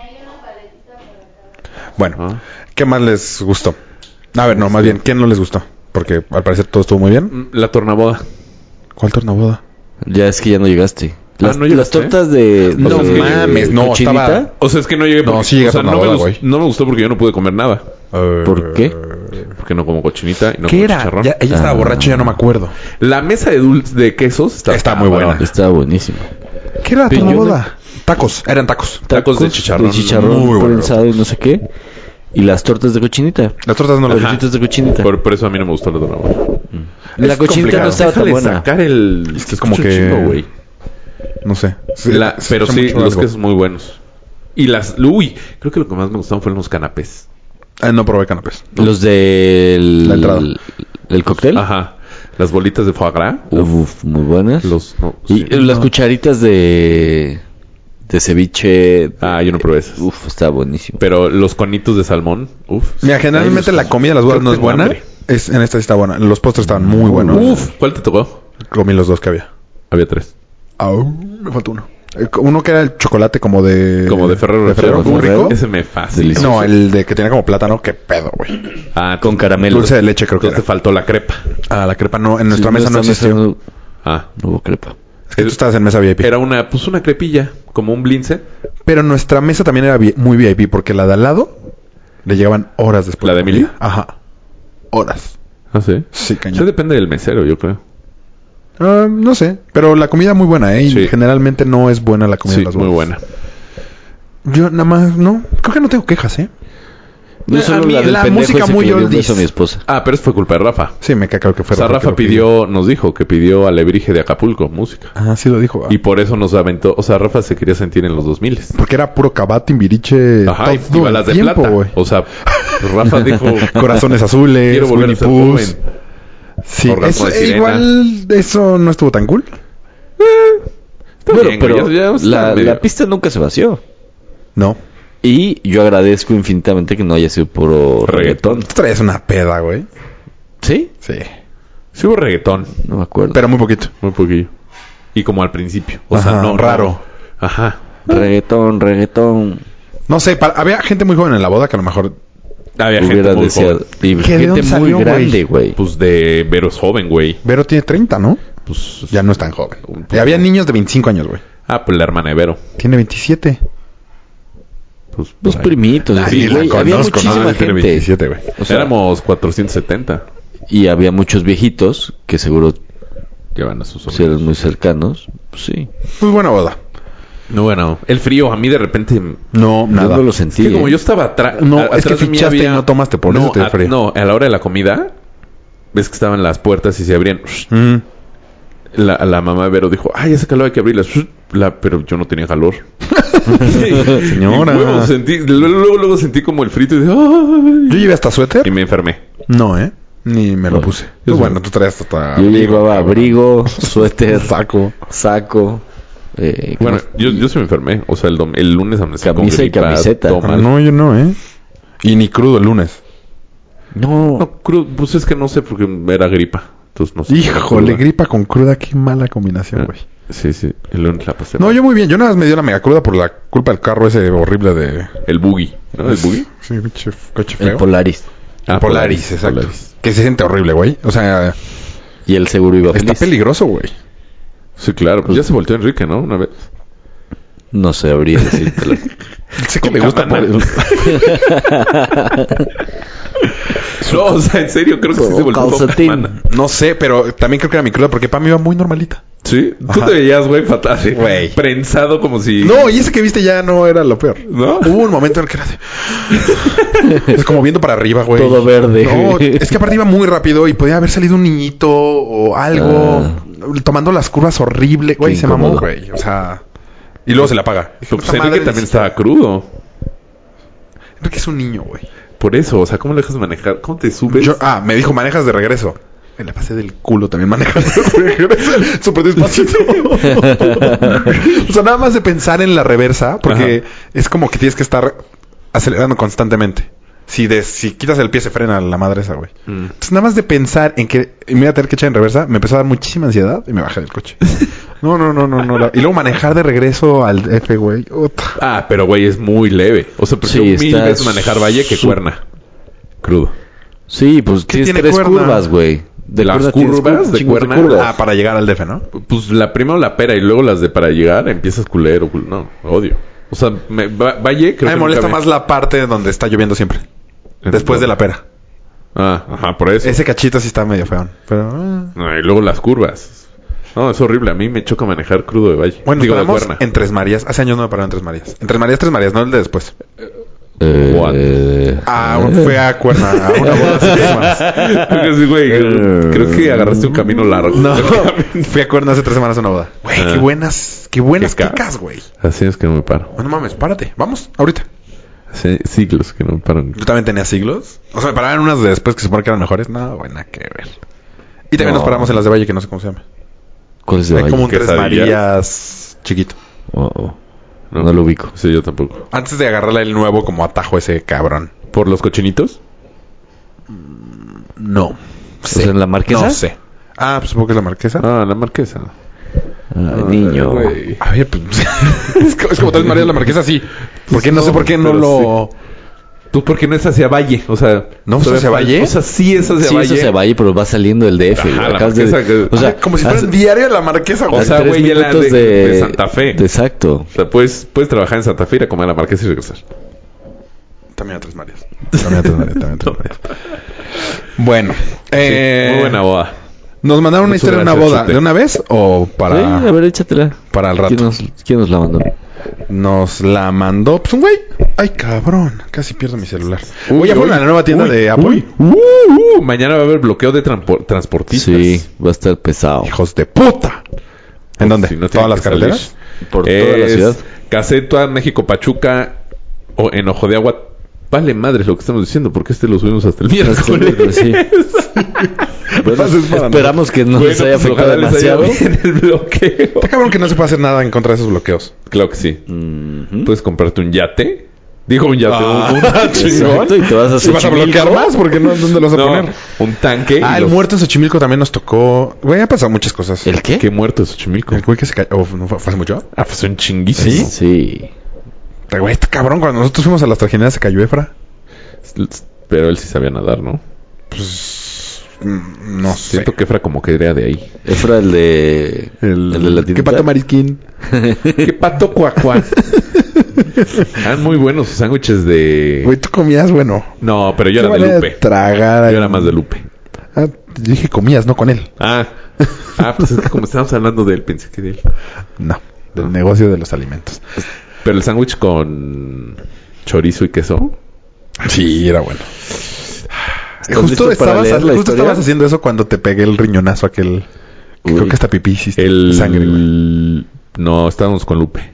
Bueno, Ah. ¿qué más les gustó? A ver, no, más bien, ¿qué no les gustó? Porque al parecer todo estuvo muy bien. La tornaboda. ¿Cuál tornaboda? Ya es que ya no llegaste. Las, ¿no las llegaste? tortas de... No de mames, no, cochinita. estaba- O sea, es que no llegué No, porque... sí llegué o sea, a no, tornaboda, me güey. no me gustó porque yo no pude comer nada. ¿Por qué? Porque no como cochinita y no ¿Qué como era? chicharrón. Ya, ella estaba borracha, ya no me acuerdo. La mesa de dulces de quesos Está muy cabrón. buena. Estaba buenísimo. ¿Qué era la Sí, yo tornaboda? Tacos, eran tacos. Tacos de chicharrón. De chicharrón Muy bueno. prensado y no sé qué. Y las tortas de cochinita. Las tortas no las Ajá. Tortitas de cochinita. Por eso a mí no me gustó la tornaboda. La Es cochinita complicado. no estaba tan Déjale buena. sacar el... Es que es como escucha que- chingo, güey. No sé. Pero escucha sí, mucho los algo. quesos muy buenos. Y las... Uy, creo que lo que más me gustaron fueron los canapés. No probé canapés. Los del... La entrada. ¿El cóctel? Ajá. Las bolitas de foie gras. Uf, muy buenas. Sí. Y las cucharitas de ceviche. Ah, yo no probé esas. Uf, está buenísimo. Pero los conitos de salmón. Uf. Mira, generalmente la comida de las bodas Creo no que es tengo buena. hambre. En esta sí está buena. Los postres estaban muy buenos. Uf. ¿Cuál te tocó? Comí los dos que había. Había 3. Me faltó uno. Uno que era el chocolate como de... Como de Ferrero Rocher. muy rico. Ese me fascina. Delicioso. No, el de que tenía como plátano. Qué pedo, güey. Ah, Con caramelo. Dulce de leche creo que Entonces te era. faltó la crepa. Ah, la crepa no. En nuestra Sí, mesa no existió. No Ah. hubo crepa. Es que tú estabas en mesa VIP. Era una crepilla. Como un blince. Pero nuestra mesa también era muy VIP porque la de al lado le llegaban horas después. ¿La de Emily? Ajá. Horas. Ah, sí. Sí, Eso cañón. depende del mesero, yo creo. No sé. Pero la comida muy buena, ¿eh? Y Sí. generalmente no es buena la comida Sí, de las muy bodas. buena. Yo nada más, no. Creo que no tengo quejas, ¿eh? Yo A solo mí la del la pendejo música ese muy que le dio un oldies. beso a mi esposa. Ah, pero eso fue culpa de Rafa. Sí, me cae claro que fue O sea, Rafa que Rafa lo pidió. nos dijo que pidió Alebrije de Acapulco, música. Ah, sí lo dijo. Y por eso nos aventó. O sea, Rafa se quería sentir en los 2000. Porque era puro cabate, timbiriche, Ajá, y todo balas el de tiempo, plata. güey. O sea, Rafa dijo... Corazones azules, Quiero volver Winnie a ser Pooh. joven. Sí, Orgasmo eso, de sirena. igual eso no estuvo tan cool. Está Bueno, bien, pero güey, ya está la medio- pista nunca se vació. No. Y yo agradezco infinitamente que no haya sido puro reggaetón. Tú traes una peda, güey. ¿Sí? Sí. Sí hubo reggaetón. No me acuerdo. Pero muy poquito. Muy poquillo. Y como al principio. O Ajá, sea, no raro. Ajá. Reggaetón. No sé, había gente muy joven en la boda que a lo mejor... Había Hubiera gente muy deseado. joven. Y ¿Qué, de gente dónde muy salió, güey? grande, güey. Pues de Vero es joven, güey. Vero tiene 30, ¿no? Pues... Ya no es tan joven. Un Y poco. había niños de 25 años, güey. Ah, pues la hermana de Vero. Tiene 27. Pues, Los ahí. primitos. Nadie sí, la güey. Había conozco, muchísima no, tiene gente. 27, güey. O sea, Éramos 470. y había muchos viejitos que seguro Llevan a sus si eran muy cercanos. Pues sí. Pues buena boda. No, bueno, el frío a mí de repente... No, Yo nada. no lo sentí. Es que como ¿eh? yo estaba atrás... No, a- es que atrás de mí fichaste y no tomaste, por eso te dio frío. No, a la hora de la comida... Ves que estaban las puertas y se abrían. Mm. La mamá de Vero dijo... Ay, ese calor hay que abrirlas. Pero yo no tenía calor. Señora. Y luego sentí como el frito y dije... "Ay". Yo llevé hasta suéter. Y me enfermé. No, ¿eh? Ni me lo puse. Pues bueno, tú traías hasta... Yo llevaba abrigo, suéter, Saco. saco. ¿qué Bueno, más? yo sí me enfermé. O sea, el lunes amanecí con Camisa y gripa, camiseta. todo mal. No, yo no, ¿eh? Y ni crudo el lunes. No, crudo, pues es que no sé porque era gripa. Entonces no sé. Híjole, gripa con cruda, qué mala combinación, güey. Sí. El lunes la pasé. No, yo muy bien. Yo nada más me dio la mega cruda por la culpa del carro ese horrible de... El buggy, ¿no? ¿El buggy? Sí, pinche coche feo. El Polaris. Polaris, exacto. Polaris. Que se siente horrible, güey. O sea... Y el seguro iba feliz. Está peligroso, güey. Sí, claro. Pues ya se volteó Enrique, ¿no? Una vez. No sabría decírtelo. Sé que le gusta por... No, o sea, en serio, creo que sí se volvió. No sé, pero también creo que era mi cruda porque para mí iba muy normalita. Sí, tú te veías, güey, fatal, güey. Prensado como si... No, y ese que viste ya no era lo peor. ¿No? Hubo un momento en el que era de... Es como viendo para arriba, güey. Todo verde. No, es que aparte iba muy rápido y podía haber salido un niñito o algo tomando las curvas horrible. Güey, se mamó, güey. O sea... Y luego se le apaga. Pues Enrique también estaba crudo. Enrique es un niño, güey. Por eso, o sea, ¿cómo le dejas manejar? ¿Cómo te subes? Me dijo, manejas de regreso. Me la pasé del culo también manejando de regreso. Súper despacito. O sea, nada más de pensar en la reversa, porque es como que tienes que estar acelerando constantemente. Si quitas el pie se frena la madre esa, güey. Entonces, nada más de pensar en que me iba a tener que echar en reversa, me empezó a dar muchísima ansiedad y me bajé del coche. No. Y luego manejar de regreso al F, güey. Pero güey, es muy leve. O sea, prefiero mil veces manejar valle que cuerna. Crudo. Sí, pues tienes tiene 3 curvas, güey. De las curvas de cuerna. Para llegar al DF, ¿no? Pues la primera la pera y luego las de para llegar empiezas culero. No, odio. O sea, valle creo que me molesta más la parte donde está lloviendo siempre. Después de la pera. Por eso. Ese cachito sí está medio feón. Pero... No, y luego las curvas. No, es horrible. A mí me choca manejar crudo de valle. Bueno, paramos en Tres Marías. Hace años no me paraba en Tres Marías. En Tres Marías, no el de después. Fue a Cuerna, a una boda hace 3 semanas. Sí, güey, creo que agarraste un camino largo. No, fui a Cuerna hace 3 semanas a una boda. Güey, qué buenas quecas, güey. Así es que no me paro. No mames, párate. Vamos, ahorita. Hace siglos que no me paro. ¿Tú también tenías siglos? O sea, me paraban unas de después que se supone que eran mejores. No, güey, nada que ver. Y también nos paramos en las de Valle, que no sé cómo se llama. ¿Cuál es de Valle? Hay como un Tres Marías chiquito. No lo ubico. Sí, yo tampoco. Antes de agarrarle el nuevo como atajo ese cabrón. ¿Por los cochinitos? No. O sea, ¿en la Marquesa? No sé. Pues supongo que es la Marquesa. La Marquesa. Niño. Wey. A ver, pues... es como Tres Marías la Marquesa, sí. Porque no sé por qué no lo... Sí. Tú porque no es hacia Valle, o sea... ¿No es hacia Valle? O sea, sí es hacia Valle. Sí es hacia Valle, pero va saliendo el DF. O sea, como si fuera diario la Marquesa, güey. O sea, güey, de Santa Fe. Exacto. O sea, puedes trabajar en Santa Fe, ir a comer a la Marquesa y regresar. También a Tres Marías. También a Tres Marías. Bueno. Muy buena boda. ¿Nos mandaron una historia de una boda de una vez o para...? Sí, a ver, échatela. Para el rato. ¿Quién nos la mandó? Nos la mandó, pues un güey. Ay, cabrón. Casi pierdo mi celular. Voy a poner a la nueva tienda de Apple. Mañana va a haber bloqueo de transportistas. Sí, va a estar pesado. Hijos de puta. ¿En dónde? Si no ¿Todas las carreteras? Por toda la ciudad. Casetua, México, Pachuca o en Ojo de Agua. Vale madres lo que estamos diciendo, porque lo subimos hasta el miércoles. Sí. Bueno, esperamos que no les haya afectado demasiado el bloqueo. Está cabrón que no se puede hacer nada en contra de esos bloqueos. Claro que sí. Puedes comprarte un yate. Digo un yate, un chingón. Y te vas a ¿Vas a bloquear más? Porque no, ¿dónde lo vas a poner? Un tanque. El muerto en Xochimilco también nos tocó. Güey, ha pasado muchas cosas. ¿El qué? ¿Qué muerto en Xochimilco? El güey que se cayó. ¿No fue hace mucho? Fue un chinguísimo. ¿Sí? Sí. Güey, está cabrón. Cuando nosotros fuimos a las trajineras se cayó Efra. Pero él sí sabía nadar, ¿no? Pues... no sé. Siento que Efra como que era de ahí. Efra el de la ¿Qué pato marisquín? ¿Qué pato cuacuá? Eran muy buenos sus sándwiches de... Güey, tú comías, bueno. No, pero yo era de Lupe. Tragada. Yo era más de Lupe. Dije comías, no con él. Pues es que como estábamos hablando de él, pensé que de él. No, del negocio de los alimentos. Pero el sándwich con chorizo y queso... Sí, era bueno. Justo estabas haciendo eso cuando te pegué el riñonazo aquel. Creo que hasta pipí hiciste. Sangre, güey. No, estábamos con Lupe.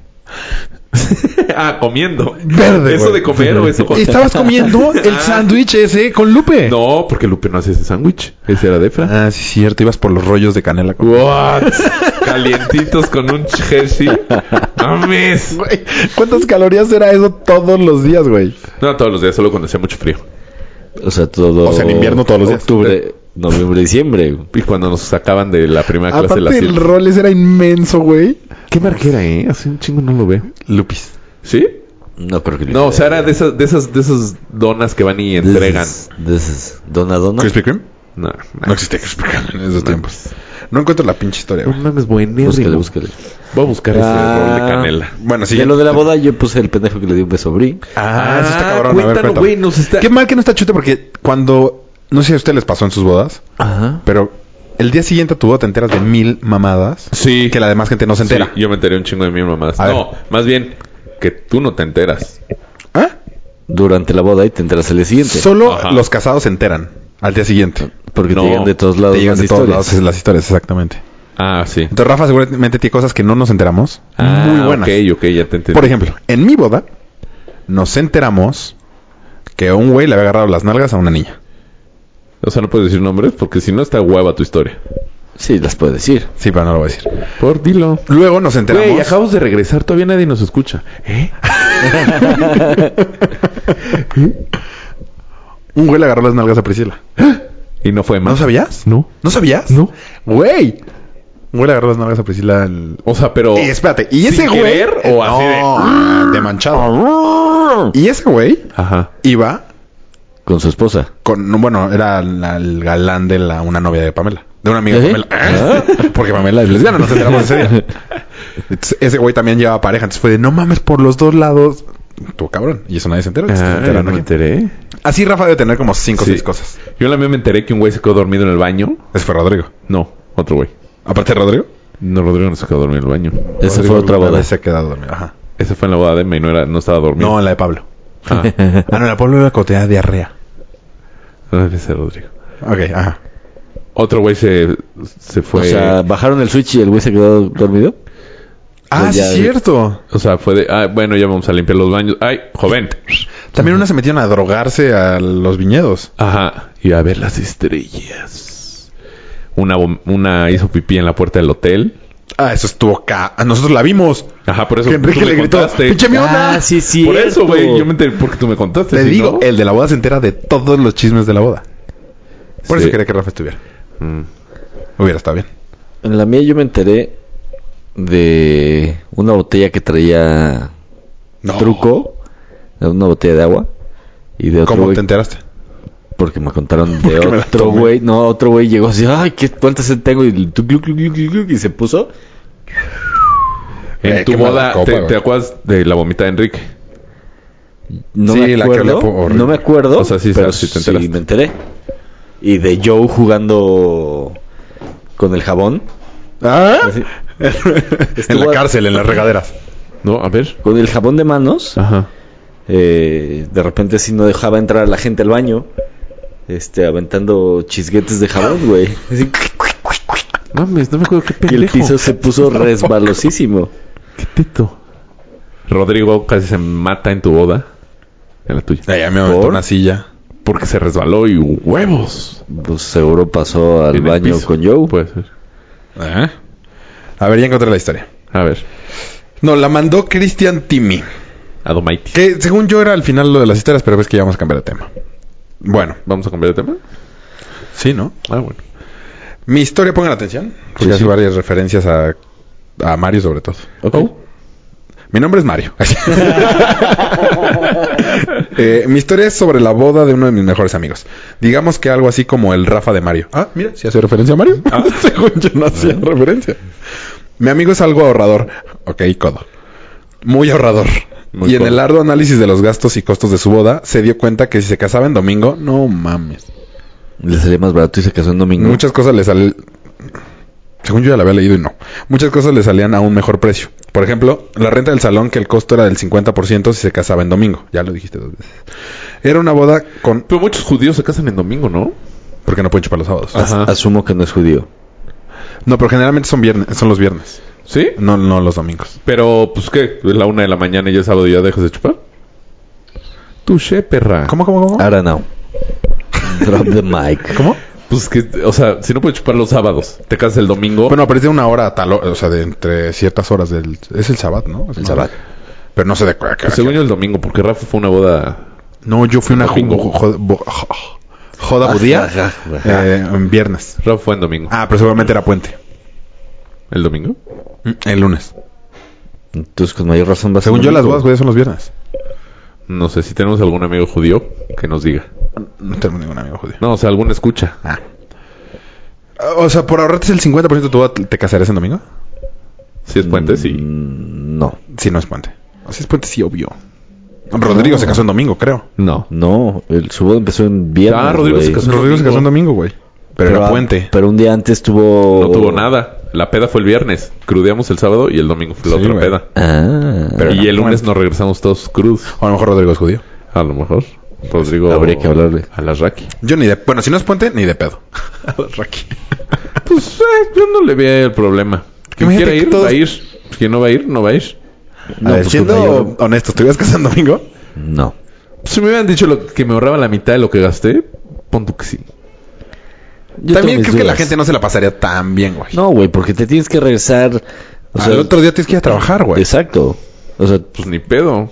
Comiendo. Verde, ¿Eso de comer o eso? Estabas comiendo el sándwich ese con Lupe. No, porque Lupe no hace ese sándwich. Ese era de Efra. Sí, cierto. Ibas por los rollos de canela. What? Calientitos con un Hershey. ¡Mames! Güey, ¿cuántas calorías era eso todos los días, güey? No, todos los días, solo cuando hacía mucho frío. O sea, todo... O sea, en invierno todos los días. Octubre, noviembre, diciembre. Y cuando nos sacaban de la primera clase de la Aparte, el ciencia. Rolex era inmenso, güey. ¿Qué marca era, Hace un chingo no lo veo. Lupis. ¿Sí? No creo que... No, o sea, era de esas donas que van y entregan. ¿Dona? No, ¿Krispy Kreme? no. No existía Krispy Kreme en esos tiempos. No encuentro la pinche historia, No güey. mames, buenérrimo. Búscale. Voy a buscar ese rol de canela. Bueno, sí. De lo de la boda, yo puse el pendejo que le dio un beso a Bri. Eso está cabrón. A ver, Cuéntalo, cuéntalo. güey, nos está... Qué mal que no está Chute porque cuando... No sé si a ustedes les pasó en sus bodas, Ajá. pero el día siguiente a tu boda te enteras de 1000 mamadas Sí. que la demás gente no se entera. Sí, yo me enteré un chingo de mi mamá. A No, más bien que tú no te enteras. ¿Ah? Durante la boda y te enteras el día siguiente. Solo Ajá. los casados se enteran al día siguiente. Porque No, te llegan de todos lados Te llegan las de todos historias. lados las historias, exactamente. Ah, sí. Entonces Rafa seguramente tiene cosas que no nos enteramos. Ah, muy buenas. Ok, ya te entendí. Por ejemplo, en mi boda nos enteramos que un güey le había agarrado las nalgas a una niña. O sea, no puedes decir nombres porque si no está hueva tu historia. Sí, las puedes decir. Sí, pero no lo voy a decir. Por dilo. Luego nos enteramos... Güey, acabamos de regresar, todavía nadie nos escucha. ¿Eh? Un güey le agarró las nalgas a Priscila. Y no fue más. ¿No sabías? No. ¿No sabías? No. Güey. Un güey le agarró las nalgas a Priscila. O sea, pero... Espérate. ¿Y ese ¿sin güey? querer o así de manchado. Y ese güey Ajá. iba Con su esposa. con... Bueno, era el galán de una novia de Pamela. De una amiga de ¿Eh? Pamela. Porque Pamela es lesbiana, nos enteramos ese día. Entonces, ese güey también llevaba pareja. Entonces fue de, no mames, por los dos lados. Tú, cabrón. Y eso nadie se entera. Te Ah, enteran no me aquí. enteré. Así Rafa debe tener como 5 o Sí. 6 cosas. Yo en la mía me enteré que un güey se quedó dormido en el baño. Ese fue Rodrigo. No, otro güey. Aparte de Rodrigo. No, Rodrigo no se quedó dormido en el baño. Esa Rodrigo fue otra alguna boda. vez se ha quedado dormido. Ajá. Ese fue en la boda de Emma y no estaba dormido. No, en la de Pablo. Ah, No, en la de Pablo era cuando tenía diarrea. no debe ser Rodrigo. Ok, ajá. Otro güey se fue... O sea, bajaron el switch y el güey se quedó dormido. Ah, sí, ya- es cierto. O sea, fue de... Ah, bueno, ya vamos a limpiar los baños. Ay, joven. También unas se metieron a drogarse a los viñedos. Ajá. Y a ver las estrellas. Una hizo pipí en la puerta del hotel. Ah, eso estuvo acá. Nosotros la vimos. Ajá, por eso Que Enrique tú me le gritó, contaste. ¡pinche miona! Ah, sí, sí. Por eso, güey. Yo me enteré porque tú me contaste. Te ¿sí, digo, no? el de la boda se entera de todos los chismes de la boda. Por Sí. eso quería que Rafa estuviera. Mm. Hubiera estado bien. En la mía yo me enteré de una botella que traía No. truco. Una botella de agua. Y de otro ¿Cómo güey, te enteraste? porque me contaron de Porque me la otro tomé. güey. No, otro güey llegó así, ay, ¿cuántas tengo? Y, y se puso. En Qué tu mala boda, copa, ¿te güey. acuerdas de la vomita de Enrique? No Sí, me la que olía acuerdo. horrible. No me acuerdo. O sea, sí pero sabes, sí te sí enteraste. me enteré. Y de Joe jugando con el jabón. ¿Ah? Así. En la cárcel, en las regaderas. No, a ver. Con el jabón de manos. Ajá. De repente sí no dejaba entrar a la gente al baño. Aventando chisguetes de jabón, güey. Así, Mames, no me acuerdo qué y el pendejo. piso se puso resbalosísimo. Qué teto. Rodrigo casi se mata en tu boda. En la tuya. Ya me aventó ¿Por? una silla. Porque se resbaló y huevos. Pues seguro pasó al En el baño piso. con Joe. Puede ser. A ver, ya encontré la historia. A ver. No, la mandó Christian Timmy. Adomaitis. Que según yo era al final lo de las historias, pero ves que ya vamos a cambiar de tema. Bueno, ¿Vamos a cambiar de tema? sí, ¿no? Ah, bueno. Mi historia, pongan atención, porque Sí, hace sí. varias referencias a Mario sobre todo. Ok. Oh. Mi nombre es Mario. Mi historia es sobre la boda de uno de mis mejores amigos. Digamos que algo así como el Rafa de Mario. Ah, mira, si hace referencia a Mario. Según yo no hacía referencia. Mi amigo es algo ahorrador. Ok, codo. Muy ahorrador. Muy y en codo. el arduo análisis de los gastos y costos de su boda, se dio cuenta que si se casaba en domingo, no mames. Le salía más barato y se casó en domingo. Muchas cosas le salen... Según yo ya la había leído y no. Muchas cosas le salían a un mejor precio. Por ejemplo, la renta del salón, que el costo era del 50% si se casaba en domingo. Ya lo dijiste 2 veces. Era una boda con... Pero muchos judíos se casan en domingo, ¿no? Porque no pueden chupar los sábados. Ajá. Asumo que no es judío. No, pero generalmente son los viernes. ¿Sí? No los domingos. Pero, pues, ¿qué? ¿Es la 1 de la mañana y ya es sábado y ya dejas de chupar? Touché, perra. ¿Cómo? Ahora no. Drop the mic. ¿Cómo? Pues que, o sea, si no puedes chupar los sábados, te casas el domingo. Bueno, pero es de una hora a tal hora, o sea, de entre ciertas horas del... Es el sábado, ¿no? Es El una sábado. hora. Pero no sé de cuál. Pues según yo el domingo, porque Rafa fue a una boda No, yo fui una Domingo. joda budía Ajá. en viernes. Rob fue en domingo. Ah, pero seguramente era puente. ¿El domingo? El lunes. Entonces, con mayor razón va a ser Según yo, las domingo. bodas judías son los viernes. No sé si tenemos algún amigo judío que nos diga. No tengo ningún amigo judío. No, o sea, algún escucha. Ah. O sea, por ahorrarte el 50% de tu boda, ¿te casarías en domingo? Si es puente, sí. No. Si no es puente. O si es puente, sí, obvio. Rodrigo se casó en domingo, creo. No. No, su boda empezó en viernes. Ah, Rodrigo güey. se casó en Rodrigo se domingo. casó en domingo, güey. Pero era puente. Pero un día antes tuvo... No tuvo nada. La peda fue el viernes. Crudeamos el sábado y el domingo fue la Sí, otra güey. peda. Ah. Pero y era el lunes puente. nos regresamos todos crudos. O a lo mejor Rodrigo es judío. A lo mejor. Rodrigo... Habría que hablarle. A la Raki. Yo ni de... Bueno, si no es puente, ni de pedo. A los Raki. Pues yo no le veo el problema. Quien Imagínate quiera ir, que todos- va a ir. Quien no va a ir, no va a ir. A ver, pues, siendo con mayor- honestos, ¿te ibas a casar en domingo? No. Si me hubieran dicho que me ahorraba la mitad de lo que gasté, pon tú que sí. Yo También tengo mis creo que la dudas. gente no se la pasaría tan bien, güey. No, güey, porque te tienes que regresar... Al otro día tienes que ir a trabajar, güey. Exacto. O sea, Pues ni pedo.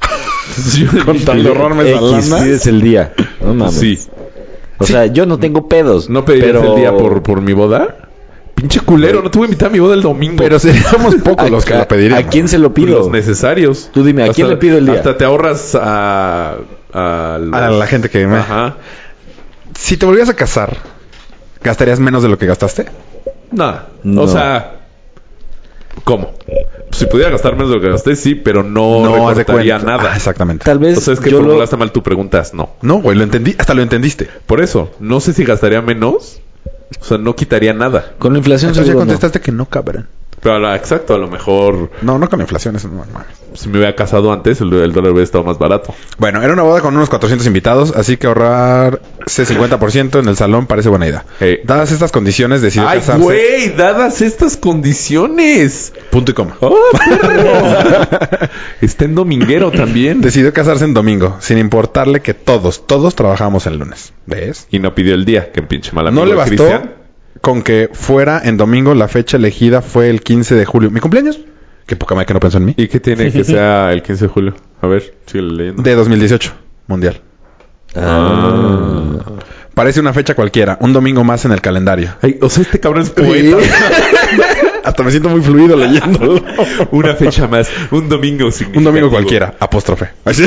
Con tal de ahorrarme esa X, lana. pides el día. No mames. Sí. O sea, yo no tengo pedos. ¿No pedirías pero... el día por mi boda? Pinche culero, no te voy a invitar a mi boda el domingo. Pero seríamos pocos los que lo pediríamos. ¿A quién se lo pido? Los necesarios. Tú dime, ¿a quién le pido el día? Hasta te ahorras a A la gente que... Ajá. Si te volvieras a casar, ¿gastarías menos de lo que gastaste? Nada. No. O sea... ¿Cómo? Si pudiera gastar menos de lo que gasté, sí, pero no haz de recortaría cuenta. nada. Ah, exactamente. Tal vez O sea, es que yo lo... formulaste mal tu preguntas, no. No, güey, lo entendí. Hasta lo entendiste. Por eso, no sé si gastaría menos. O sea, no quitaría nada. Con la inflación Entonces ya seguro no. contestaste que no, cabrón. Pero exacto, a lo mejor No, no con la inflación, eso no mames. si me hubiera casado antes, el dólar hubiera estado más barato. Bueno, era una boda con unos 400 invitados, así que ahorrarse 50% en el salón parece buena idea. Hey. Dadas estas condiciones, decidió ¡Ay, casarse. güey! Dadas estas condiciones. Punto y coma. ¡Oh, perro! Está en dominguero también. Decidió casarse en domingo, sin importarle que todos trabajamos el lunes. ¿Ves? Y no pidió el día, que en pinche mala No le bastó con que fuera en domingo. La fecha elegida fue el 15 de julio. ¿Mi cumpleaños? Qué poca madre que no pensó en mí. ¿Y qué tiene que sea el 15 de julio? A ver, sigue leyendo. De 2018, mundial. Parece una fecha cualquiera. Un domingo más en el calendario. Ay, o sea, este cabrón es poeta. Hasta me siento muy fluido leyéndolo. Una fecha más. Un domingo significativo. Un domingo cualquiera. Apóstrofe. Así.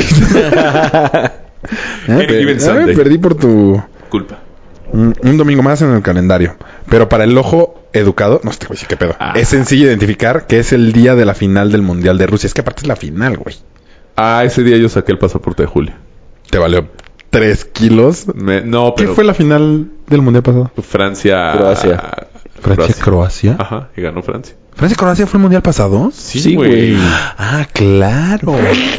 given Sunday. Perdí por tu... Culpa. Un domingo más en el calendario. Pero para el ojo educado... No, este güey sí, qué pedo. Ah. Es sencillo identificar que es el día de la final del Mundial de Rusia. Es que aparte es la final, güey. Ah, ese día yo saqué el pasaporte de Julio. Te valió 3 kilos. No, ¿Qué pero fue la final del Mundial pasado? Francia... Croacia. ¿Francia-Croacia? Ajá, y ganó Francia. ¿Francia-Croacia fue el Mundial pasado? Sí, güey. Ah, claro.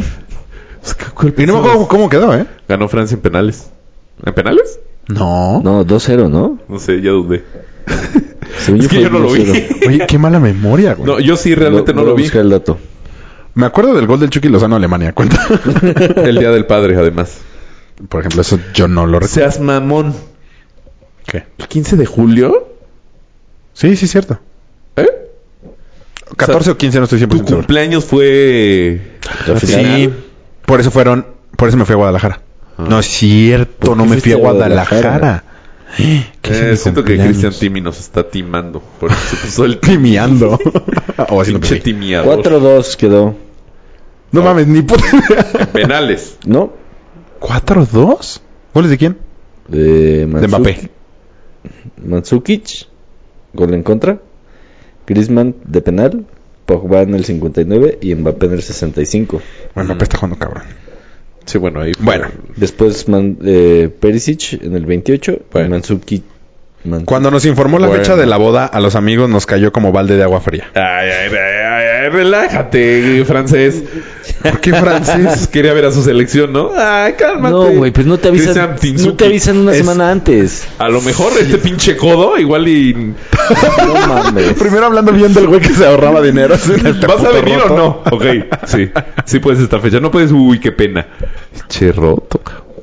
¿Cuál Y no me acuerdo cómo quedó, ¿eh? Ganó Francia en penales. ¿En penales? No. No, 2-0, ¿no? No sé, ya dudé. Según Es que fue yo no lo vi. 2-0. Oye, qué mala memoria, güey. No, yo sí realmente no Voy lo a vi. buscar el dato. Me acuerdo del gol del Chucky Lozano a Alemania. Cuenta. El Día del Padre, además. Por ejemplo, eso yo no lo recuerdo. Seas mamón. ¿Qué? ¿El 15 de julio? Sí, sí, cierto. ¿Eh? 14 o 15, no estoy 100% Tu seguro. cumpleaños fue... La Sí. final. Por eso me fui a Guadalajara. No es cierto, ¿Por no qué me fui a fuiste a Guadalajara. ¿Qué es mi siento que cumpleaños? Cristian Timmy nos está timando. Por eso se puso el Timiando. O así no pinche pedí. timiador. 4-2 quedó. No mames, ni puta idea. Penales. ¿No? ¿4-2? ¿Goles de quién? De De Mbappé. Mandzukic, gol en contra. Griezmann de penal. Pogba en el 59 y Mbappé en el 65. Bueno, Mbappé está jugando cabrón. Sí, bueno, ahí. Bueno. Después Perisic en el 28. Bueno. Mandzukic. Cuando nos informó la Bueno. fecha de la boda, a los amigos nos cayó como balde de agua fría. Ay, relájate, francés. ¿Por qué francés? Quería ver a su selección, ¿no? Ay, cálmate. No, güey, pues no te avisan. Christian Tinsuki. No te avisan una Es- semana antes. A lo mejor este pinche codo, igual y... No mames. Primero hablando bien del güey que se ahorraba dinero. ¿Vas a venir o no? Ok, sí. Sí puedes esta fecha. No puedes... Uy, qué pena. Che, roto.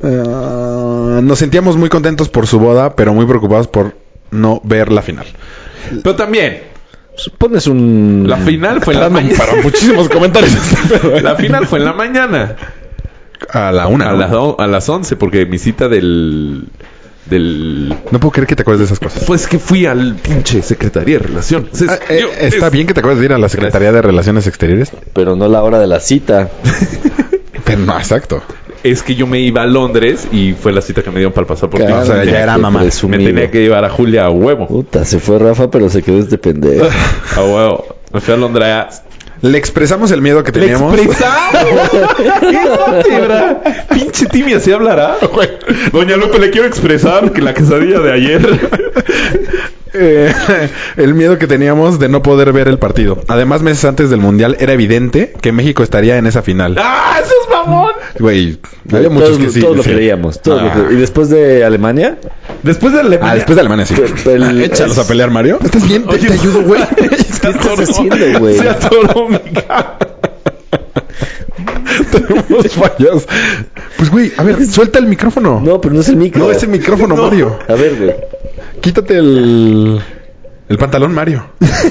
Nos sentíamos muy contentos por su boda, pero muy preocupados por no ver la final. Pero también, Pones un... la final fue en la Para mañana. muchísimos comentarios. La final fue en la mañana. A la 1, ¿no? A las 11, porque mi cita del... No puedo creer que te acuerdes de esas cosas. Pues que fui al pinche Secretaría de Relaciones. Está bien que te acuerdes de ir a la Secretaría de Relaciones Exteriores. Pero no la hora de la cita. Pero no, exacto. Es que yo me iba a Londres y fue la cita que me dieron para el pasaporte. Claro, o sea, ya era mamá. Me tenía que llevar a Julia a huevo. Puta, se fue Rafa, pero se quedó este pendejo. A huevo. Me fui a Londres. Le expresamos el miedo que teníamos. ¡Le expresamos! ¡Qué tibra! Pinche Timmy, ¿así hablará? Doña Lupe, le quiero expresar que la quesadilla de ayer... El miedo que teníamos de no poder ver el partido. Además, meses antes del Mundial era evidente que México estaría en esa final. ¡Ah, eso es mamón! Güey, había muchos que sí. Todos lo creíamos. ¿Y después de Alemania? Después de Alemania. Después de Alemania, sí. Échalos a pelear, Mario. ¿Estás bien? Te ayudo, güey. ¿Qué estás haciendo, güey? Se atoró mi cara. Tenemos fallas. Pues, güey, a ver, suelta el micrófono. No, pero no es el micro. No es el micrófono, Mario. A ver, güey. Quítate el pantalón, Mario.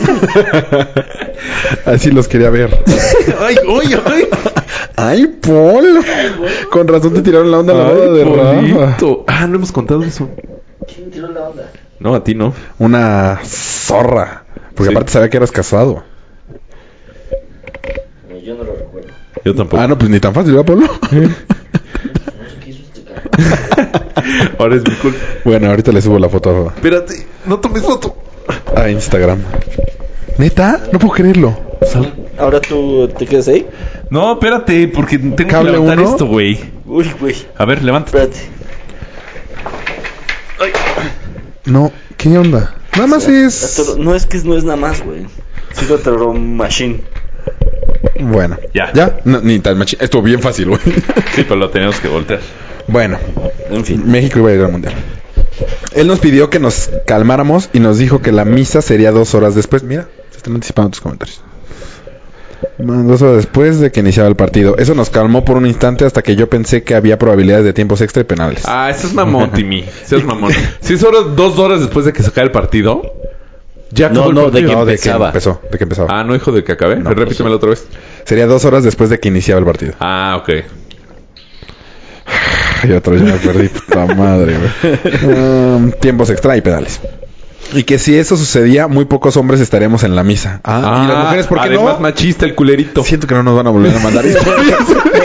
Así los quería ver. ¡Ay, ay, ay! ¡Ay, Paul! Con razón te tiraron la onda a la boda de Rafa. Ah, no hemos contado eso. ¿Quién tiró la onda? No, a ti no. Una zorra. Porque Sí. aparte sabía que eras casado. Yo no lo recuerdo. Yo tampoco. Ah, no, pues ni tan fácil, ¿verdad, Pablo? No sé qué hizo este cabrón. Ahora es mi culpa. Bueno, ahorita le subo la foto Espérate, no tomes foto. a Instagram. ¿Neta? No puedo creerlo. ¿Ahora tú te quedas ahí? No, espérate, porque tengo que Cable levantar uno. esto, güey. Uy, güey. A ver, levántate. Espérate. No, ¿qué onda? Nada más es... No es que no es nada más, güey. Sí lo atoró Machine. Bueno. Ya. ¿Ya? No, ni tan machín. Estuvo bien fácil, güey. Sí, pero lo tenemos que voltear. Bueno. En fin. México iba a ir al Mundial. Él nos pidió que nos calmáramos y nos dijo que la misa sería 2 horas después. Mira, se están anticipando tus comentarios. 2 horas después de que iniciaba el partido. Eso nos calmó por un instante hasta que yo pensé que había probabilidades de tiempos extra y penales. Ah, ese es mamón, Timmy. Ese es mamón. Si es 2 horas después de que se cae el partido, ya acabó el No, partido. de que No, empezaba. de que empezaba. Ah, no, hijo de que acabé. No, Repítemelo otra vez. Sería 2 horas después de que iniciaba el partido. Ah, ok. Y otra vez ya me perdí, puta madre, güey. Tiempos extra y pedales. Y que si eso sucedía, muy pocos hombres estaríamos en la misa. Y las mujeres, ¿por qué además no? machista el culerito. Siento que no nos van a volver a mandar historias.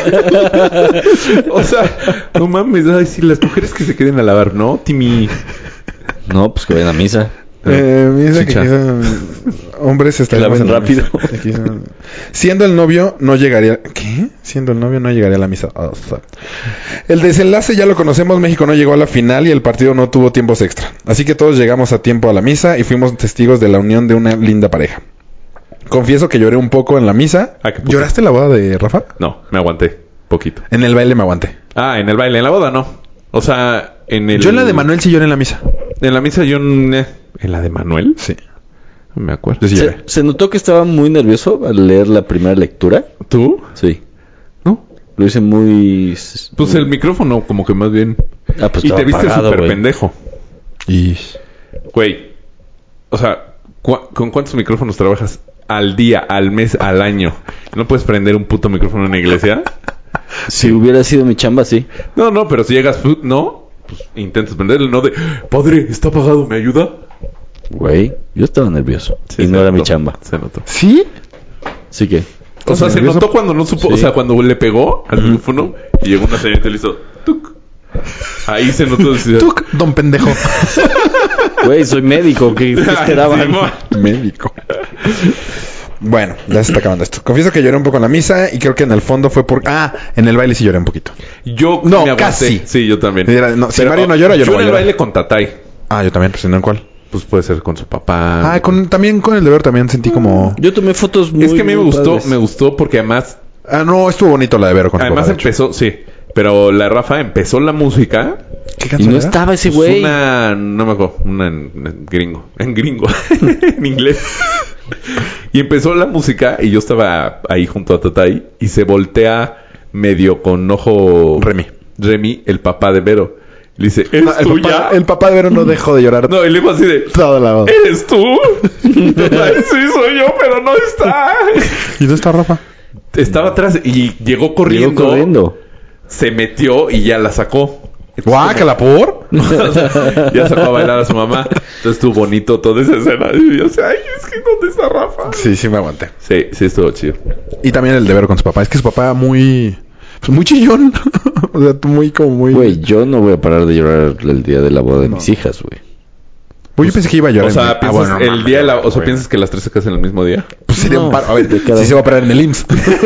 O sea, no mames. Ay, sí, las mujeres que se queden a lavar, ¿no, Timmy? No, pues que vayan a misa. Misa que Chicha. hombres estaríamos Que en la laven misa. Siendo el novio, no llegaría... ¿Qué? Siendo el novio, no llegaría a la misa. Oh, fuck. El desenlace ya lo conocemos. México no llegó a la final y el partido no tuvo tiempos extra. Así que todos llegamos a tiempo a la misa y fuimos testigos de la unión de una linda pareja. Confieso que lloré un poco en la misa. Ah, qué puto. ¿Lloraste en la boda de Rafa? No, me aguanté. Poquito. En el baile me aguanté. Ah, en el baile. En la boda no. O sea, en el... Yo en la de Manuel sí lloré en la misa. En la misa yo... ¿En la de Manuel? Sí. No me acuerdo. Yo sí lloré. ¿Se notó que estaba muy nervioso al leer la primera lectura? ¿Tú? Sí. ¿No? Lo hice muy... Pues el micrófono como que más bien... Ah, pues y te estaba viste apagado, súper güey. pendejo. Y... Güey. O sea, ¿con cuántos micrófonos trabajas al día, al mes, al año? ¿No puedes prender un puto micrófono en una iglesia? Si hubiera sido mi chamba, sí. No, pero si llegas... ¿No? Pues intentas prenderlo, no de... Padre, está apagado, ¿me ayuda? Güey, yo estaba nervioso. Sí, y no se era mi notó, chamba. Se notó. ¿Sí? Así que... O sea, se nervioso? notó cuando no supo... Sí. O sea, cuando le pegó al micrófono y llegó una señorita y le hizo... ¡Tuc! Ahí se notó... Tuc, don pendejo. Güey, soy médico. ¿Qué esperaban? Simón. Médico. Bueno, ya se está acabando esto. Confieso que lloré un poco en la misa y creo que en el fondo fue por... en el baile sí lloré un poquito. Yo No, me aguanté. casi. Sí, yo también. No, si Mario no llora, yo no voy en a el llorar. baile con Tatay. Yo también, pues, ¿no? ¿En cuál? Pues puede ser con su papá. También con el deber también sentí como... Yo tomé fotos muy... Es que a mí muy padres. me gustó porque además... no, estuvo bonito la de Vero con el Además papá, de hecho. empezó... Sí. Pero la Rafa empezó la música... ¿Qué Y canción no era? estaba ese Pues güey. una... No me acuerdo. Una en gringo. En gringo. En inglés. Y empezó la música y yo estaba ahí junto a Tatay y se voltea medio con ojo... Remy, el papá de Vero. Le dice, ¿eres No, tuya? el papá de Vero no dejó de llorar No, y le dijo así de... toda la boda. ¿Eres tú? Tatay, sí, soy yo, pero no está. ¿Y dónde está Rafa? Estaba atrás y llegó corriendo. Llegó corriendo. se metió y ya la sacó. ¡Guácala, por! O sea, ya sacó a bailar a su mamá. Entonces estuvo bonito toda esa escena. Y yo decía, ay, es que ¿dónde está Rafa? Sí me aguanté. Sí estuvo chido. Y también el de ver con su papá. Es que su papá muy... Pues muy chillón. O sea, muy... Güey, yo no voy a parar de llorar el día de la boda de mis hijas, güey. Pues yo pensé que iba a llorar. O sea, ¿piensas que las tres se casan el mismo día? Pues sería un paro. A ver, si se va a parar en el IMSS.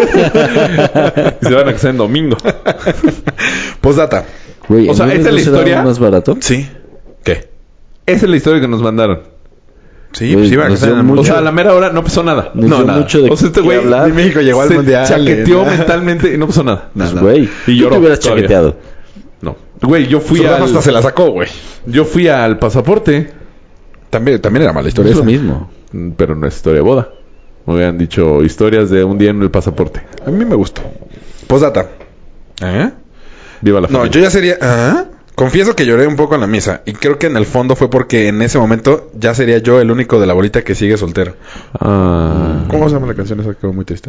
Y se van a casar en domingo. Postdata. Güey, O sea, ¿esta es la historia? ¿Más barato? Sí. ¿Qué? Esa es la historia que nos mandaron. Sí, pues iba a casar en el O mundial. sea, a la mera hora no pasó nada. No, nada. mucho de O sea, este güey hablar. Y México llegó al se mundial. chaqueteó mentalmente y no pasó nada. Pues, güey, Y tú lloró te hubieras todavía. chaqueteado. No. Güey, yo fui Su Rafa hasta se la sacó, güey. Yo fui al pasaporte. También era mala historia Es lo esa. mismo. Pero no es historia de boda. Me habían dicho historias de un día en el pasaporte. A mí me gustó. Postdata. Viva la No, familia. yo ya sería... Confieso que lloré un poco en la misa. Y creo que en el fondo fue porque en ese momento ya sería yo el único de la bolita que sigue soltero. Ah. ¿Cómo se llama la canción esa que fue muy triste?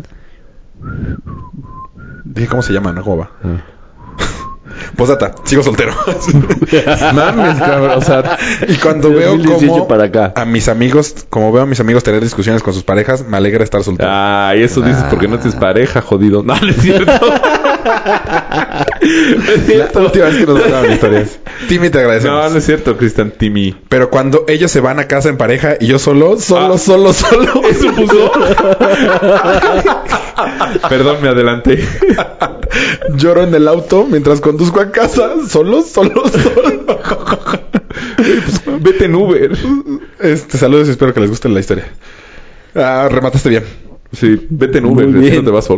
Dije, ¿cómo se llama? ¿No? ¿Cómo va? Postdata, sigo soltero. Mames, cabrón. O sea, Y cuando De veo 2018 como para acá. a mis amigos, como veo a mis amigos tener discusiones con sus parejas, me alegra estar soltero. ay, eso dices porque no tienes pareja, jodido. No, no es cierto. No es La cierto. última vez que nos mandaban historias. Timmy, te agradecemos. No, no es cierto, Cristian Timmy. Pero cuando ellos se van a casa en pareja y yo solo. Eso puso. Perdón, me adelanté. Lloro en el auto mientras conduzco a casa, solo. Vete en Uber. Saludos y espero que les guste la historia. Remataste bien. Sí, vete en Uber, Muy bien. así no te vas solo.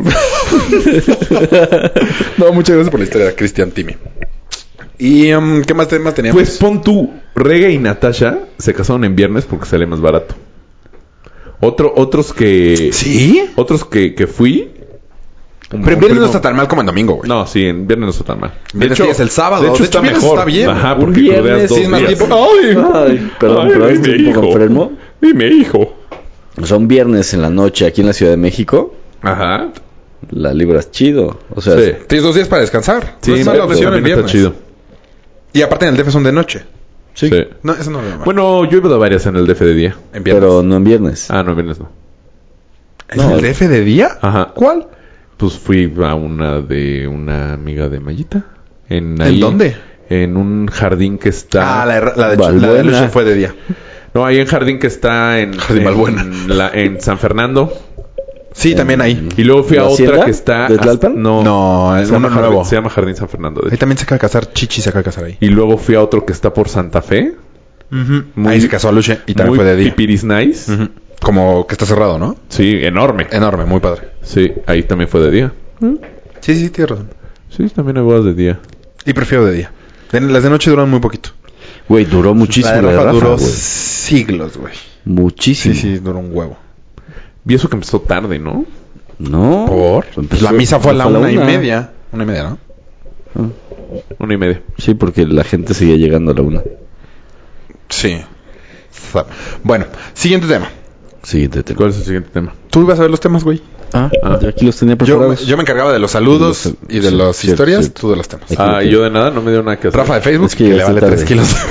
No, muchas gracias por la historia, Cristian Timmy. ¿Y qué más temas teníamos? Pues pon tú, Rega y Natasha se casaron en viernes porque sale más barato. Otros que... ¿Sí? Otros que fui... Pero en viernes no está tan mal como en domingo, güey. No, sí, en viernes no está tan mal. Viernes sí es el sábado. De hecho, De hecho, está viernes mejor. está bien. Ajá, Un porque viernes crudeas sí dos es más días. tipo, ¡ay! Perdón, pero Ay, estoy un poco enfermo. Dime, hijo. O sea, un viernes en la noche aquí en la Ciudad de México, Ajá. la libras chido. O sea, Sí. Tienes 2 días para descansar. Sí, No es mala viernes opción el también viernes. está chido. Y aparte en el DF son de noche. Sí. No, eso no lo veo mal. Bueno, yo he ido a varias en el DF de día. En viernes. pero no en viernes. Ah, no, en viernes no. ¿Es el DF de día? Ajá. ¿Cuál? Pues fui a una de una amiga de Mayita. ¿En dónde? En un jardín que está... La de Balbuena. Lucio fue de día. No, hay un jardín que está en... Jardín Balbuena. En San Fernando. Sí, también ahí. Y luego fui a ¿La otra Hacienda que está... de Tlalpan? No, es se llama uno nuevo. Se llama Jardín San Fernando. de Ahí hecho. también se acaba de casar. Chichi se acaba de casar ahí. Y luego fui a otro que está por Santa Fe. Muy- Ahí se casó a Luche y también muy fue de día. pipiris nice. Ujú. Como que está cerrado, ¿no? Sí, enorme. Enorme, muy padre. Sí, ahí también fue de día. Sí, tienes razón. Sí, también hay bodas de día. Y prefiero de día. Las de noche duran muy poquito. Güey, duró muchísimo La la de de Rafa Rafa, duró güey. siglos, güey. Muchísimo. Sí, duró un huevo. Vi eso que empezó tarde, ¿no? No. ¿Por? Empezó- La misa fue a la fue 1:30. 1:30, ¿no? 1:30. Sí, porque la gente seguía llegando a la 1. Sí. Bueno, siguiente tema. Siguiente tema. ¿Cuál es el siguiente tema? Tú ibas a ver los temas, güey. Yo aquí los tenía Yo preparados. me encargaba de los saludos y de sí, las cierto, historias, cierto. tú de los temas. Aquí Ah, lo y yo de nada, no me dio nada que hacer. Rafa de Facebook, Es que que ya le está vale 3 tarde.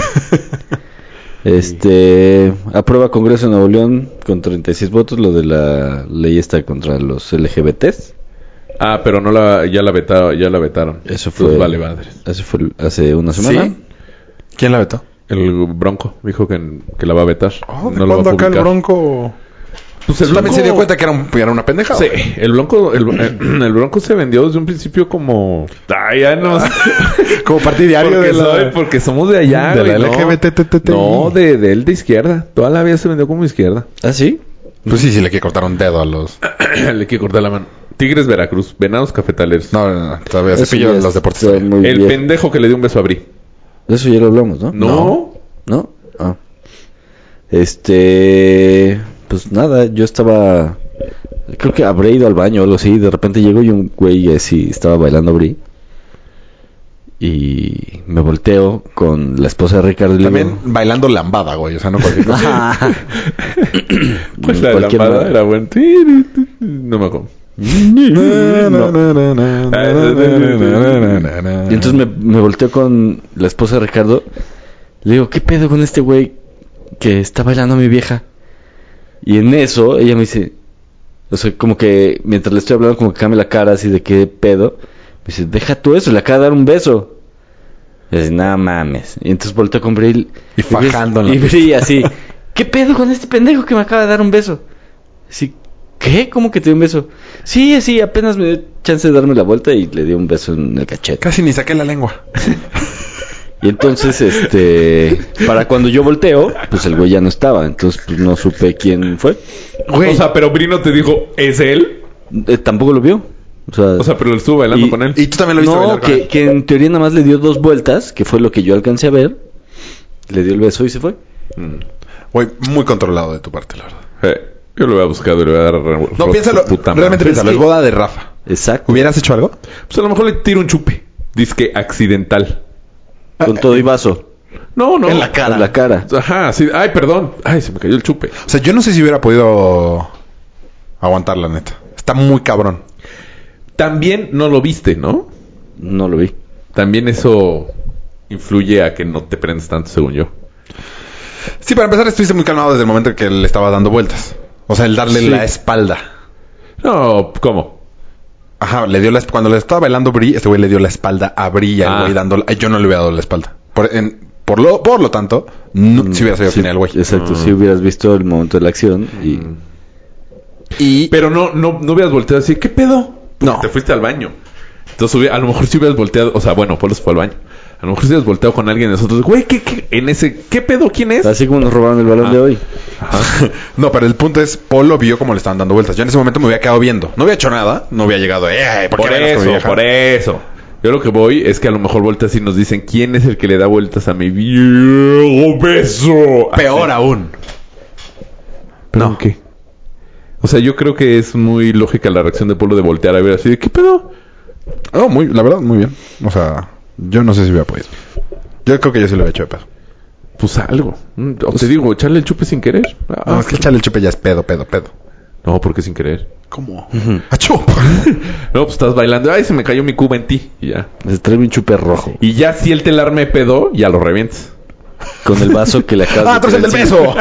kilos. Aprueba Congreso de Nuevo León con 36 votos lo de la ley esta contra los LGBTs. Ah, pero no ya la vetaron. Eso fue Los vale madres. Eso fue hace una semana. ¿Sí? ¿Quién la vetó? El Bronco dijo que la va a vetar. ¿De no lo va a cuándo acá el publicar. Bronco? Pues el También Bronco se dio cuenta que era una pendejada. Sí, el Bronco el Bronco se vendió desde un principio como ya no Como partidario porque somos de allá, de la güey, LGBTTTI. No, de él de izquierda. Toda la vida se vendió como izquierda. ¿Ah, sí? Pues sí, le quiere cortar un dedo a los... Le quiere cortar la mano. Tigres Veracruz, Venados Cafetaleros. No, todavía Eso cepillo ya los deportes. está todavía. muy El viejo. pendejo que le dio un beso a Bri. De eso ya lo hablamos, ¿no? No. ¿No? Ah. Pues nada, yo estaba... Creo que habré ido al baño o algo así. De repente llegó y un güey así estaba bailando Bri. Y me volteo con la esposa de Ricardo y le También digo, bailando lambada, güey. O sea, no cualquier cosa. Pues la de Cualquier lambada madre. era buena. No me acuerdo. No. Y entonces me volteo con la esposa de Ricardo. Le digo, ¿qué pedo con este güey que está bailando a mi vieja? Y en eso ella me dice, o sea, como que mientras le estoy hablando, como que cambia la cara así de qué pedo. Me dice, deja tú eso, le acaba de dar un beso. Y así, nada mames. Y entonces volteo con Bril Y fajando en la y Bril así, ¿qué pedo con este pendejo que me acaba de dar un beso? Así, ¿qué? ¿Cómo que te dio un beso? Sí, así, apenas me dio chance de darme la vuelta y le dio un beso en el cachete. Casi ni saqué la lengua. Y entonces, para cuando yo volteo, pues el güey ya no estaba. Entonces, pues no supe quién fue. Güey. O sea, pero Brino te dijo, ¿es él? Tampoco lo vio. O sea, pero lo estuvo bailando con él. Y tú también lo viste bailar con él. Que en teoría nada más le dio 2 vueltas, que fue lo que yo alcancé a ver. Le dio el beso y se fue. Güey, muy controlado de tu parte, la verdad. Yo lo voy a buscar y le voy a dar... No, piénsalo. Realmente piénsalo. Es boda de Rafa. Exacto. ¿Hubieras hecho algo? Pues a lo mejor le tiro un chupe. Dizque accidental. Con todo y vaso. No. En la cara. En la cara. Ajá, sí. Ay, perdón. Ay, se me cayó el chupe. O sea, yo no sé si hubiera podido aguantar, la neta. Está muy cabrón. También no lo viste, ¿no? No lo vi. También eso influye a que no te prendes tanto, según yo. Sí, para empezar, estuviste muy calmado desde el momento en que le estaba dando vueltas. O sea, el darle Sí. la espalda. No, ¿cómo? Ajá, le dio cuando le estaba bailando Bri, este güey le dio la espalda a Bri y al güey dándole... Yo no le hubiera dado la espalda. Por lo tanto, no, si hubiera sido final, güey. Exacto, si hubieras visto el momento de la acción y... Pero no hubieras volteado así, ¿qué pedo? No. Te fuiste al baño. Entonces, a lo mejor si hubieras volteado, o sea, bueno, Polo se fue al baño. A lo mejor si hubieras volteado con alguien de nosotros, güey, ¿qué pedo? ¿Quién es? Así como nos robaron el balón de hoy. Ajá. No, pero el punto es, Polo vio cómo le estaban dando vueltas. Yo en ese momento me hubiera quedado viendo. No había hecho nada. No había llegado, por eso. Yo lo que voy es que a lo mejor volteas y nos dicen, ¿quién es el que le da vueltas a mi viejo beso? Peor aún. ¿Pero No. qué? O sea, yo creo que es muy lógica la reacción de Polo de voltear a ver así de, ¿qué pedo? No, la verdad, muy bien. O sea, yo no sé si hubiera podido. Yo creo que yo sí lo había hecho de pedo. Pues algo. O te digo, echarle el chupe sin querer. No, es que echarle el chupe ya es pedo. No, porque sin querer. ¿Cómo? ¡Achú! No, pues estás bailando. Ay, se me cayó mi cuba en ti. Y ya. Se trae un chupe rojo. Y ya si el telar me pedó, ya lo revientes. Con el vaso que le acabas ¡Ah, tú eres el del beso!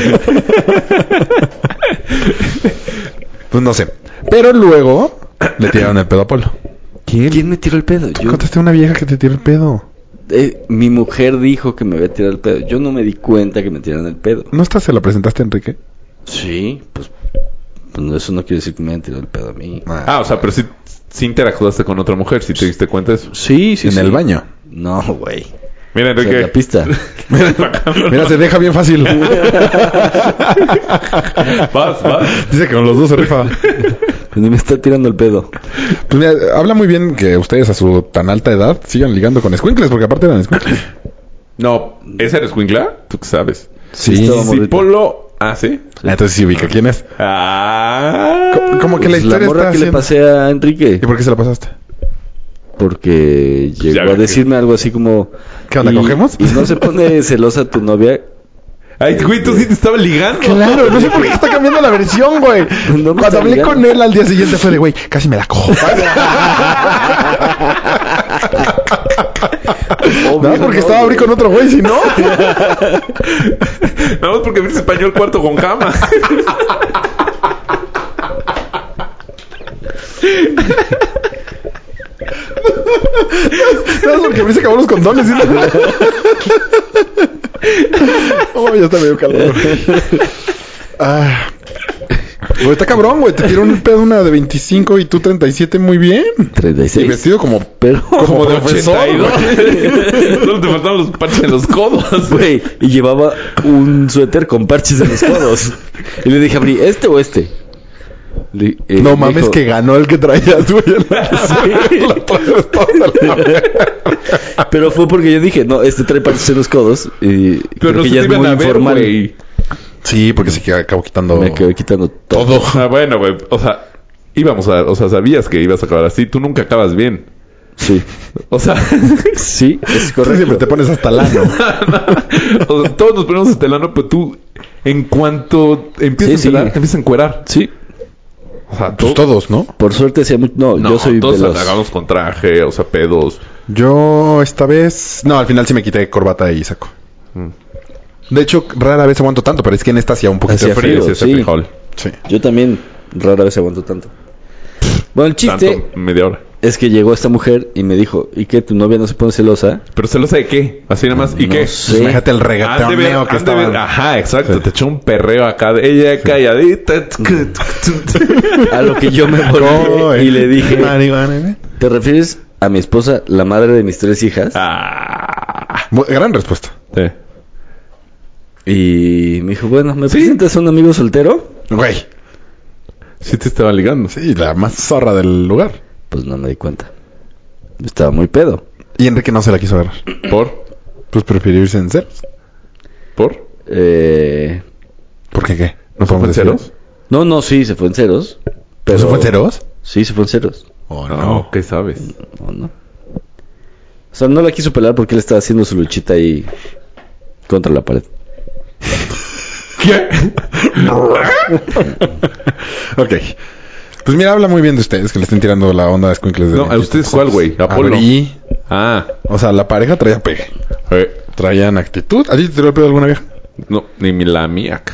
Pues no sé. Pero luego le tiraron el pedo a Polo. ¿Quién me tiró el pedo? Yo contaste a una vieja que te tiró el pedo. Mi mujer dijo que me había tirado el pedo. Yo no me di cuenta que me tiraron el pedo. ¿No se la presentaste a Enrique? Sí, pues eso no quiere decir que me hayan tirado el pedo a mí. O sea, pero sí interactuaste con otra mujer, si te diste cuenta de eso. Sí. En el baño. No, güey. Mira, O sea, Enrique. la pista. Mira, se deja bien fácil. Vas. Dice que con los dos se rifa. Ni me está tirando el pedo. Pues mira, habla muy bien que ustedes a su tan alta edad sigan ligando con escuincles, porque aparte eran escuincles. No, ¿ese eres Winkla? ¿Tú qué sabes? Sí. estaba Si morrito. Polo... Ah, ¿sí? Entonces sí ubica quién es. Como que la Pues historia morra está que le haciendo... pasé a Enrique. ¿Y por qué se la pasaste? Porque llegó Ya a ves decirme algo así como... ¿Qué onda, cogemos? Y no se pone celosa tu novia. Ay, güey, tú sí te estabas ligando. Claro, no sé por qué está cambiando la versión, güey. No me Cuando está hablé ligando. con él al día siguiente fue de, güey, casi me la cojo. No, porque estaba abrí con otro güey, si no. Vamos porque viste español cuarto con cama. No, porque a mí se acabaron los condones. ¿Sí? Oh, ya está medio calor. Güey, está cabrón, güey. Te tiró un pedo una de 25 y tú 37 muy bien. 36. Y vestido como Como de profesor, 82. güey. Solo te faltaban los parches en los codos. Güey, y llevaba un suéter con parches en los codos. Y le dije a Bri, ¿este o este? No me mames dijo, que ganó el que traías, güey. Pero fue porque yo dije, no, este trae parches en los codos. Y Pero creo no que se ya te es iban muy a ver, informal. güey. Sí, porque se acabó quitando Me quedé quitando todo. Ah, bueno, güey. O sea, sabías que ibas a acabar así. Tú nunca acabas bien. Sí. O sea, Sí, es Tú correcto. siempre te pones hasta el ano. o sea, todos nos ponemos hasta el ano, pero tú, en cuanto empiezas Sí, a encuerar, sí. te empiezas a encuerar. Sí. O sea, Pues todos, ¿no? Por suerte hacía mucho... No, No, yo soy todos veloz. hagamos con traje, o sea, pedos. Yo esta vez... No, al final sí me quité corbata y saco. De hecho, rara vez aguanto tanto, pero es que en esta hacía un poquito Hacía de frío. frío, ese sí. frijol. Sí. Yo también rara vez aguanto tanto. Bueno, el chiste Tanto, media hora. es que llegó esta mujer y me dijo, ¿y qué? ¿Tu novia no se pone celosa? Pero celosa de qué? Así nada más. ¿Y No qué? sé. Pues imagínate el Han de ver- regateoneo que han de ver- estaba... Ajá, exacto. Sí. Te echó un perreo acá. Ella calladita. A lo que yo me volví y le dije, Marihuana, ¿te refieres a mi esposa, la madre de mis 3 hijas? Ah. Gran respuesta. Sí. Y me dijo, bueno, ¿me presentas a un amigo soltero? Güey. Sí te estaba ligando. Sí, la más zorra del lugar. Pues no me di cuenta. Estaba muy pedo. Y Enrique no se la quiso agarrar. ¿Por? Pues prefirió irse en ceros. ¿Por? ¿Por qué qué? ¿No fue en decir. ceros? No, sí, se fue en ceros. Pero... ¿Se fue en ceros? Sí, se fue en ceros. Oh, No, ¿qué sabes? No. O sea, no la quiso pelar porque él estaba haciendo su luchita ahí contra la pared. ¿Qué? Ok. Pues mira, habla muy bien de ustedes, que le estén tirando la onda de escuincles. No, ¿a ustedes cuál, güey? Apolo. Y, Ah. o sea, la pareja traía pegue. Traían actitud. ¿A ti te tiró el pedo alguna vieja? No, ni la mía.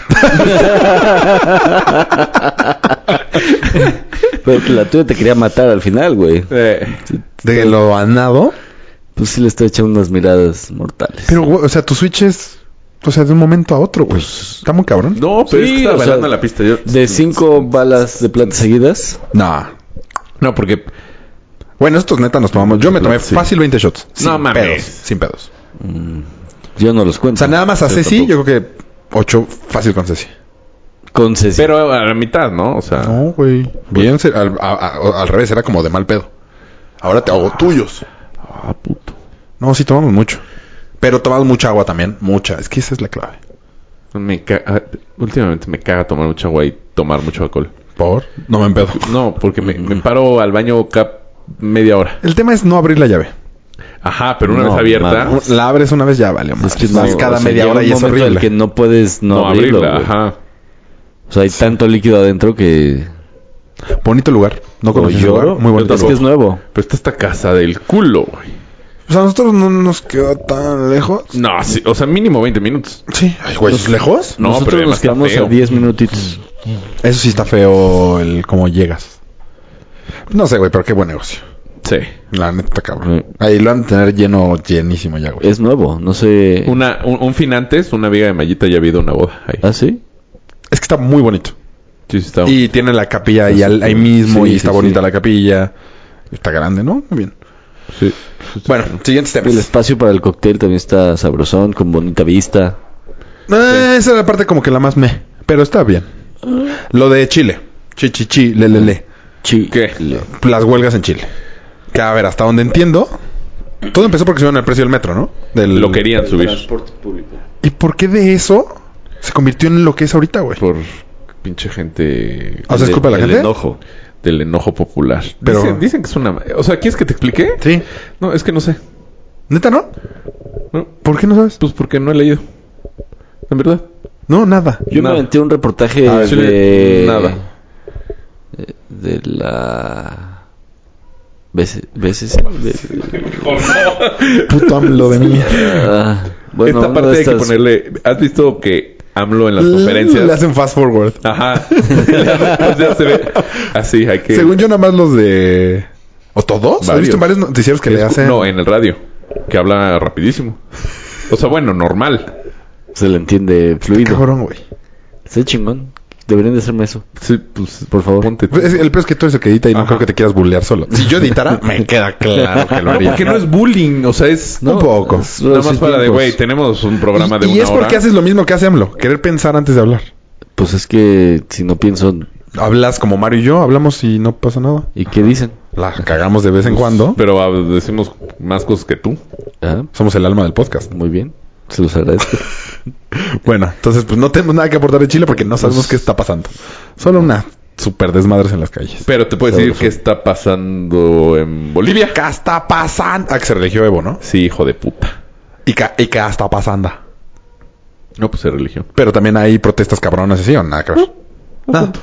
Pero que la tuya te quería matar al final, güey. De lo anado. Pues sí le estoy echando unas miradas mortales. Pero, güey, o sea, tu switch es... O sea, de un momento a otro, güey. Está muy cabrón. No, pero es que Sí, estaba o sea, bailando en la pista. Yo... De 5 balas de plata seguidas. No. No, porque... Bueno, estos neta nos tomamos... Yo me tomé Sí. fácil 20 shots. No Sin mames. pedos. Sin pedos. Yo no los O cuento. sea, nada más a Ceci, yo creo que 8 fácil con Ceci. Con Ceci. Pero a la mitad, ¿no? O sea... No, güey. Bien, al revés, era como de mal pedo. Ahora te hago tuyos. Ah, puto. No, sí tomamos mucho. Pero tomamos mucha agua también. Mucha. Es que esa es la clave. Últimamente me caga tomar mucha agua y tomar mucho alcohol. ¿Por? No me empedo. No, porque me paro al baño media hora. El tema es no abrir la llave. Ajá, pero una No, vez abierta... mames. La abres una vez ya, vale. Es que Más cada o sea, media llega hora un y es momento en el horrible. que no puedes no abrirlo, güey. Ajá. O sea, hay tanto líquido adentro que... Bonito lugar. No O conocí ese lugar. Muy bonito. Es que es nuevo. Pero está esta casa del culo, güey. O sea, a nosotros no nos quedó tan lejos. No, sí, o sea, mínimo 20 minutos. Sí. Ay, güey, ¿es lejos? No, Nosotros pero nos demasiado quedamos feo. a 10 minutitos. Eso sí está feo el cómo llegas. No sé, güey, pero qué buen negocio. Sí. La neta está cabrón. Ahí lo han de tener llenísimo ya, güey. Es nuevo, no sé... Un fin antes, una amiga de Mayita ya ha habido una boda ahí. ¿Ah, sí? Es que está muy bonito. Sí, sí, está. Y tiene la capilla ahí mismo Sí, y está sí, bonita sí. la capilla. Está grande, ¿no? Muy bien. Sí. Bueno, siguientes temas. El espacio para el cóctel también está sabrosón, con bonita vista. Esa era la parte como que la más pero está bien. Lo de Chile. Chi, le. ¿Qué? Las huelgas en Chile. Que a ver, hasta donde entiendo, todo empezó porque subieron el precio del metro, ¿no? Lo querían subir. Transporte público. ¿Y por qué de eso se convirtió en lo que es ahorita, güey? Por pinche gente... O sea, ¿es culpa de la El gente? enojo. Del enojo popular. Pero- Dicen que es una... O sea, ¿quieres que te explique? Sí. No, es que no sé. ¿Neta no? No, ¿Por qué no sabes? pues porque no he leído. En verdad. No, nada. Yo Nada. me aventé un reportaje A ver, de... nada. De la... ¿BCC? Puto AMLO de mí. Bueno, Esta una parte de hay que estas- ponerle... ¿Has visto que AMLO en las conferencias... Le hacen fast forward. Ajá. Pues ya se ve. Así, hay que... Según yo, nada más los de... ¿O todos? ¿Has Varios. visto varios noticieros que le hacen? No, en el radio. Que habla rapidísimo. O sea, bueno, normal. Se le entiende fluido. Cabrón, güey. Está chingón. Deberían de hacerme eso. Sí, pues... Por favor. Ponte... Pues el peor es que tú eres el que edita y no Ajá. creo que te quieras bullear solo. Si yo editara, me queda claro que lo No, haría. porque no es bullying. O sea, es... Un poco. Nada más para de, güey, tenemos un programa de Y una es hora. porque haces lo mismo que hace AMLO. Querer pensar antes de hablar. Pues es que si no pienso... Hablas como Mario y yo. Hablamos y no pasa nada. ¿Y qué dicen? La cagamos de vez en cuando. Pero decimos más cosas que tú. Ah, Somos el alma del podcast. muy bien. Se los agradezco. Bueno, entonces pues no tenemos nada que aportar de Chile porque no sabemos qué está pasando. Solo una super desmadres en las calles. Pero te puedo decir qué está pasando en Bolivia. ¿Qué está pasando? Ah, que se religió Evo, ¿no? Sí, hijo de puta. ¿Y qué está pasando? No, pues se religió. Pero también hay protestas cabronas así o nada que ver. Nada.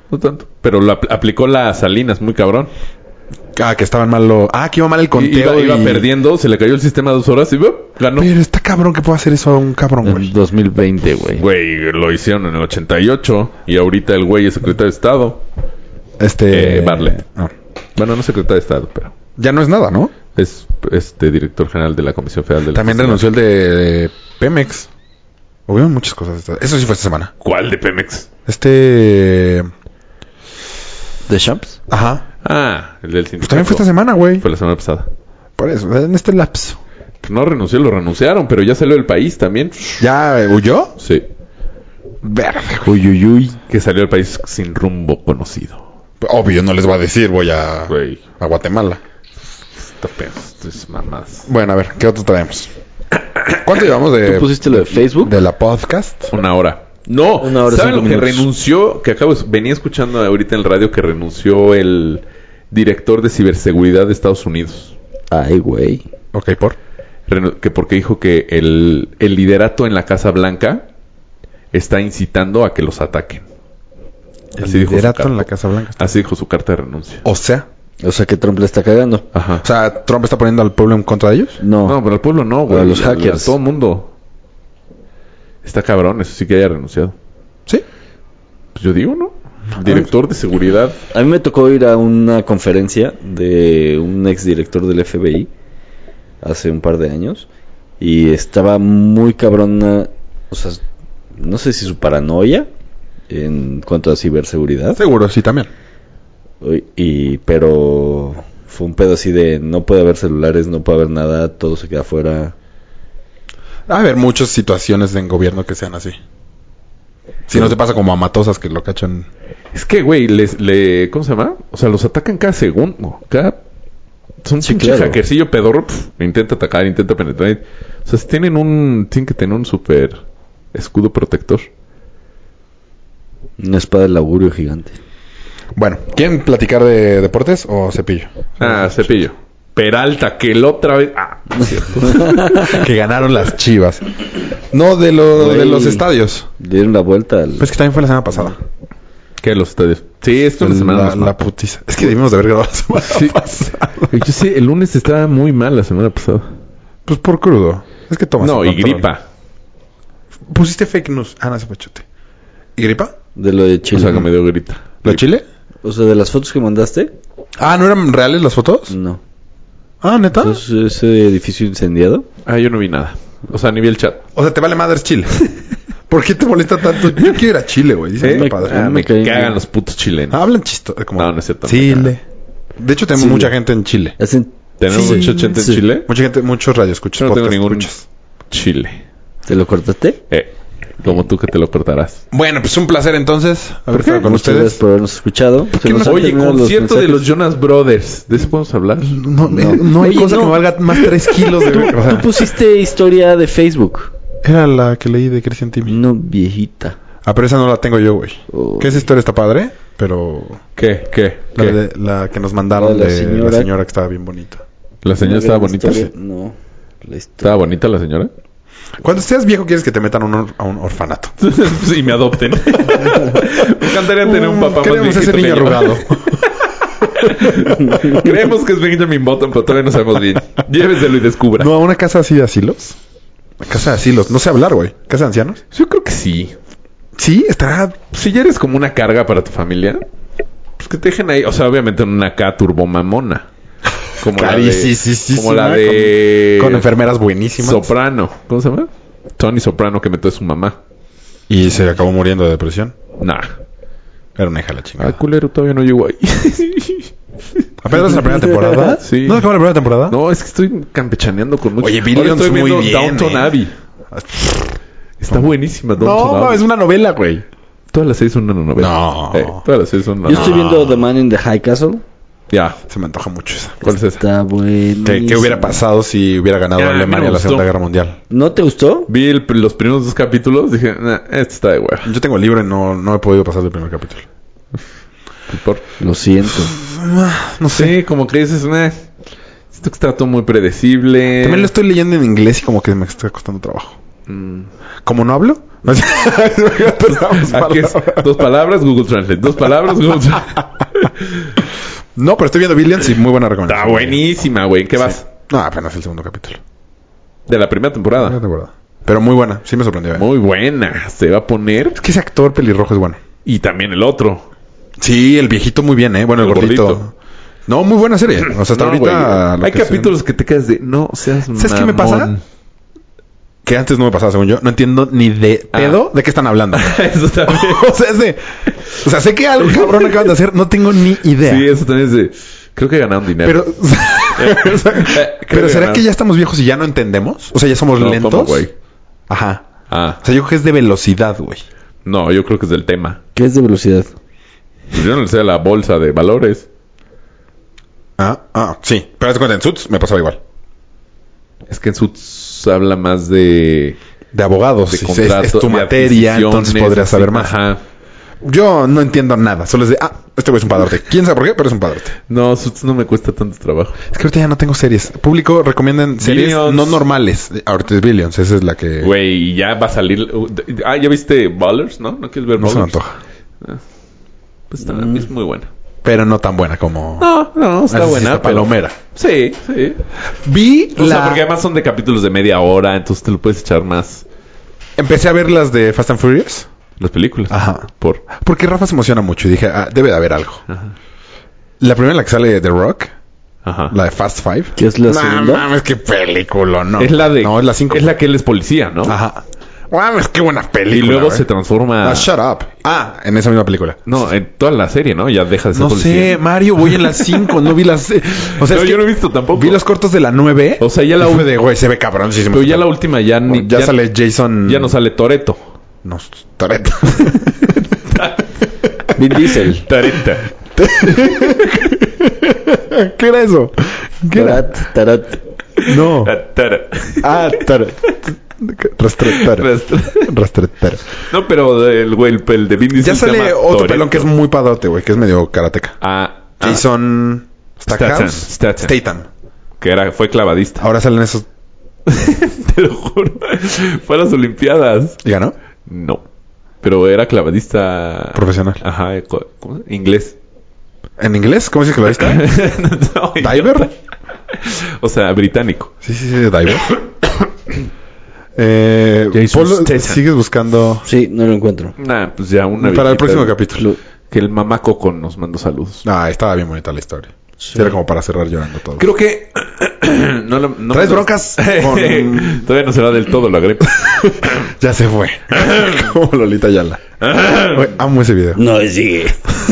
no tanto. Pero aplicó la Salinas, muy cabrón. Que estaban mal que iba mal el conteo. Iba perdiendo, se le cayó el sistema 2 horas y ganó. Pero está cabrón que pueda hacer eso a un cabrón, güey. En 2020, güey. Güey, lo hicieron en el 88 y ahorita el güey es secretario de Estado. Bartlett. Bueno, no secretario de Estado, pero... Ya no es nada, ¿no? Es director general de la Comisión Federal de También renunció el de Pemex. Hubieron muchas cosas. Eso sí fue esta semana. ¿Cuál de Pemex? ¿De Champs? Ajá. El del sindicato. Pues también fue esta semana, güey. Fue la semana pasada. Por eso, en este lapso. No renunció, lo renunciaron, pero ya salió del país también. ¿Ya huyó? Sí. Verde. Uy. Que salió del país sin rumbo conocido. Obvio, no les va a decir, voy a Guatemala. Está pedo, esto es mamás. Bueno, a ver, ¿qué otro traemos? ¿Cuánto llevamos de... ¿Tú pusiste lo de Facebook? De la podcast? 1 hora. No, 1 hora, ¿saben lo 5 que minutos. renunció? Venía escuchando ahorita en el radio que renunció el director de ciberseguridad de Estados Unidos. Ay, güey. Ok, Porque dijo que el liderato en la Casa Blanca está incitando a que los ataquen. El liderato en la Casa Blanca. Así dijo su carta de renuncia. O sea, que Trump le está cagando. Ajá. O sea, ¿Trump está poniendo al pueblo en contra de ellos? No, pero al pueblo no, güey. A los hackers. A todo el mundo. Está cabrón, eso sí que haya renunciado. Sí. Pues yo digo, ¿no? Director de seguridad. A mí me tocó ir a una conferencia de un exdirector del FBI hace un par de años y estaba muy cabrona, o sea, no sé si su paranoia en cuanto a ciberseguridad. Seguro, sí, también. Pero fue un pedo así de no puede haber celulares, no puede haber nada, todo se queda afuera. Va a haber muchas situaciones en gobierno que sean así. Si no te pasa como a Matosas que lo cachan. Es que, güey, ¿cómo se llama? O sea, los atacan cada segundo. Son Sí, pinche claro. hackercillo pedorro. Intenta atacar, intenta penetrar. O sea, tienen que tener un super escudo protector. Una espada del augurio gigante. Bueno, ¿quieren platicar de deportes o Cepillo? Cepillo. Peralta, que la otra vez... Que ganaron las Chivas. No, de los estadios. Dieron la vuelta al... Pues que también fue la semana pasada. ¿Qué? Los estadios. Sí, esto es una semana más mal. La putiza. Es que debimos de haber grabado la semana pasada. Yo sí, el lunes estaba muy mal la semana pasada. Pues por crudo. Es que tomas. No, y gripa. Pusiste fake news. No, se fue chute. ¿Y gripa? De lo de Chile. O sea, que me dio grita. ¿Lo de Chile? O sea, de las fotos que mandaste. ¿No eran reales las fotos? No. ¿Neta? Entonces, ese edificio incendiado. Yo no vi nada. O sea, ni vi el chat. O sea, te vale madres Chile. ¿Por qué te molesta tanto? Yo quiero ir a Chile, güey. Dicen que está padre. Me cagan los putos chilenos. Hablan chistoso. No, no es cierto. Chile. De hecho, tenemos mucha gente en Chile. ¿Tenemos mucha gente en Chile? Mucha gente, muchos radioescuchas. Yo no tengo podcast ningún escuchas. Chile. ¿Te lo cortaste? Como tú que te lo cortarás. Bueno, pues un placer entonces haber estado con Muchas gracias ustedes. por habernos escuchado. Se nos han Oye, terminado los concierto de mensajes. los Jonas Brothers. ¿De eso podemos hablar? No hay Oye, cosa no. que me valga más 3 kilos de... o sea, Tú pusiste historia de Facebook. era la que leí de Christian Timmy. No, viejita. Pero esa no la tengo yo, güey. Oh. Que esa historia está padre, pero... ¿Qué? La que nos mandaron La de de la señora que estaba bien bonita. ¿La señora estaba bonita? Historia- No. La historia. ¿Estaba bonita la señora? Cuando seas viejo quieres que te metan a un orfanato. Sí, me adopten. Me encantaría tener un papá más Queremos viejito ese que niño yo. arrugado. Creemos que es Benjamin Button, pero todavía no sabemos bien. Llévenselo y descubra. No, a una casa así de asilos. Una casa de asilos. No sé hablar, güey. ¿Casa de ancianos? Yo creo que sí. Sí, estará... Si ya eres como una carga para tu familia, pues que te dejen ahí. O sea, obviamente en una acá turbomamona. Como la de... Como la de... Con enfermeras buenísimas. Soprano. ¿Cómo se llama? Tony Soprano, que metió a su mamá. Y se acabó muriendo de depresión. Nah. Era una hija la chingada. Culero, todavía no llegó ahí. ¿Apenas la primera temporada? Sí. ¿No acabó la primera temporada? No, es que estoy campechaneando con mucho. Oye, Ahora Billions estoy viendo muy bien, Downton Abbey. Está buenísima Downton Abbey. es una novela, güey. Todas las series son una novela. No. Todas las series son una Yo novela. estoy viendo The Man in the High Castle. Ya. Se me antoja mucho esa. ¿Cuál es esa? Está bueno. ¿Qué hubiera pasado si hubiera ganado Ya, a mí Alemania me la Segunda gustó. Guerra Mundial? ¿No te gustó? Vi los primeros 2 capítulos. Dije, este está de hueva. Yo tengo el libro y no he podido pasar del primer capítulo. Lo siento. No sé. Sí, como que dices, esto que está todo muy predecible. También lo estoy leyendo en inglés y como que me está costando trabajo. ¿Cómo no hablo? Aquí es 2 palabras, Google Translate. 2 palabras, Google Translate. No, pero estoy viendo Billions y muy buena recomendación. Está buenísima, güey. ¿En qué vas? No, apenas el segundo capítulo. De la primera temporada. Pero muy buena. Sí me sorprendió. Muy buena. Se va a poner. Es que ese actor pelirrojo es bueno. Y también el otro. Sí, el viejito muy bien, ¿eh? Bueno, el gordito. No, muy buena serie. O sea, hasta ahorita... Hay capítulos que te quedas de... No seas mamón. ¿Sabes qué me pasa? Que antes no me pasaba, según yo. No entiendo ni de pedo de qué están hablando. Eso también. O sea, sé que algo cabrón acaban de hacer. No tengo ni idea. Sí, eso también es de... Creo que ganaron dinero. Pero ¿será que ya estamos viejos y ya no entendemos? O sea, ya somos lentos. ¿Cómo, güey? Ajá. O sea, yo creo que es de velocidad, güey. No, yo creo que es del tema. ¿Qué es de velocidad? Pues yo no le sé a la bolsa de valores. Sí. Pero haz cuenta, en Suits me pasaba igual. Es que en Suits habla más de abogados. De contrato, es tu materia, entonces podrías saber más. Ajá. Yo no entiendo nada. Solo es de, este güey es un padrote. ¿Quién sabe por qué? Pero es un padrote. No, Suits no me cuesta tanto trabajo. Es que ahorita ya no tengo series. Público, recomienden series Billions. no normales. Ahorita es Billions. Esa es la que... Güey, ya va a salir... ¿ya viste Ballers? ¿No? ¿No quieres ver No Ballers? se me antoja. Pues es muy buena. Pero no tan buena como... No, está buena. Pero... palomera. Sí. Vi o sea, porque además son de capítulos de media hora, entonces te lo puedes echar más. Empecé a ver las de Fast and Furious. Las películas. Ajá. Porque Rafa se emociona mucho y dije, debe de haber algo. Ajá. La primera en la que sale The Rock. Ajá. La de Fast Five. ¿Qué es la segunda? Mames, qué película, ¿no? Es la de... No, es la 5. Es la que él es policía, ¿no? Ajá. Mames, qué buena película. Y luego güey. se transforma... Shut up. En esa misma película. No, en toda la serie, ¿no? Ya deja de ser No policía. sé, Mario, voy en la 5, no vi las... O sea, No, es que yo no he visto tampoco. vi los cortos de la 9. O sea, ya la fue de, güey, se ve cabrón. Pero ya la última ya ni... Ya sale Jason... Ya no sale Toretto. No, Toretto. Vin Diesel. Tareta. ¿Qué era eso? ¿Qué era? Tarat. No. Tara. Tarat. Rastretar. No, pero el de Vin Diesel Ya se sale llama otro Toretto. pelón que es muy padrote, güey, que es medio karateca. Jason Statham. Que fue clavadista. Ahora salen esos... Te lo juro. Fue a las Olimpiadas. ¿Y ganó? No. Pero era clavadista... Profesional. Ajá. ¿Cómo? Inglés. ¿En inglés? ¿Cómo dices que lo viste? No, ¿Diver? O sea, británico. Sí, Diver. Jason Polo, Statham. ¿sigues buscando? Sí, no lo encuentro. Nah, pues ya una para el viejita próximo capítulo. Que el mamá Coco nos mandó saludos. Estaba bien bonita la historia. Sí. Era como para cerrar llorando todo. Creo que... no ¿Traes broncas? Todavía no se va del todo la gripe. Ya se fue. Como Lolita Ayala. Amo ese video. No, sigue.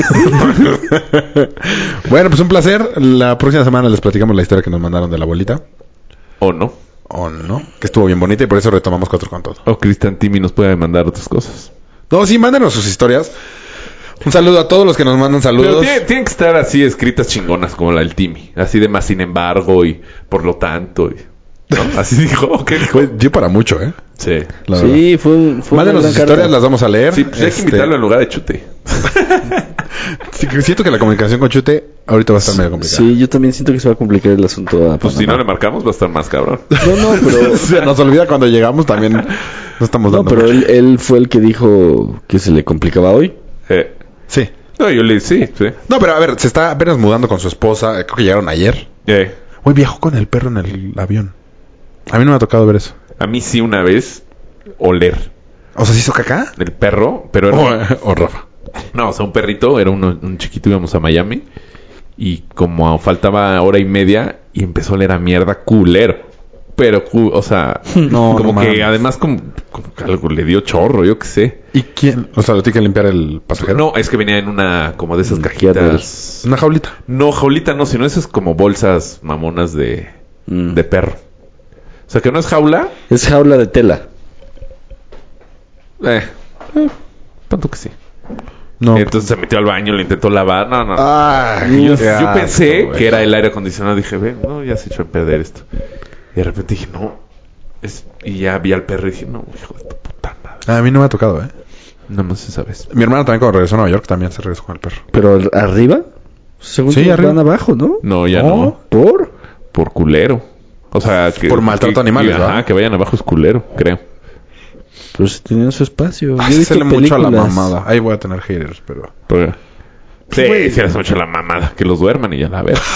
Bueno, pues un placer. La próxima semana les platicamos la historia que nos mandaron de la abuelita. ¿O no? Que estuvo bien bonita y por eso retomamos 4 con todo. O Cristian Timmy nos puede mandar otras cosas. No, sí, mándenos sus historias. Un saludo a todos los que nos mandan saludos. Pero tienen que estar así escritas chingonas como la del Timmy. Así de más sin embargo y por lo tanto. ¿No? Así dijo. ¿Qué dijo? Dio para mucho, ¿eh? Sí. Sí, fue mándenos sus historias, las vamos a leer. Sí, pues hay que invitarlo en lugar de Chute. Sí, siento que la comunicación con Chute ahorita va a estar medio complicada. Sí, yo también siento que se va a complicar el asunto a Pues si no le marcamos va a estar más cabrón. No, pero... Se nos olvida cuando llegamos también. No estamos dando pero mucho. él fue el que dijo que se le complicaba hoy. Sí. No, yo le sí. No, pero a ver, se está apenas mudando con su esposa. Creo que llegaron ayer. Güey, viajó con el perro en el avión. A mí no me ha tocado ver eso. A mí sí una vez oler. O sea, ¿se hizo caca? El perro, pero era... O Rafa. No, o sea, un perrito, era un chiquito, íbamos a Miami. Y como faltaba hora y media, y empezó a oler a mierda culero. Pero, o sea, no, como no que mames. además como que algo le dio chorro, yo qué sé. ¿Y quién? O sea, ¿lo tiene que limpiar el pasajero? No, es que venía en una, como de esas cajitas. ¿Una jaulita? No, jaulita no, sino esas como bolsas mamonas de perro. O sea, que no es jaula. Es jaula de tela. Tanto que sí. No. Entonces se metió al baño, lo intentó lavar. No. Ay, Yo pensé que era el aire acondicionado. Dije, no, ya se echó a perder esto. Y de repente dije, no. Y ya vi al perro y dije, no, hijo de tu puta madre. A mí no me ha tocado, ¿eh? Nada más esa vez. Mi hermano también cuando regresó a Nueva York también se regresó con el perro. ¿Pero arriba? Según sí, tú, arriba. van abajo, ¿no? No, ya no. ¿Por? Por culero. O sea, que... Por maltrato a animales, ajá, ¿verdad? que vayan abajo es culero, creo. Pero si tenían su espacio. Ay, Yo he se visto le mucho a la películas. mamada. Ahí voy a tener haters, pero... ¿Por qué? Sí, Güey. se les mucho la mamada. Que los duerman y ya la ver.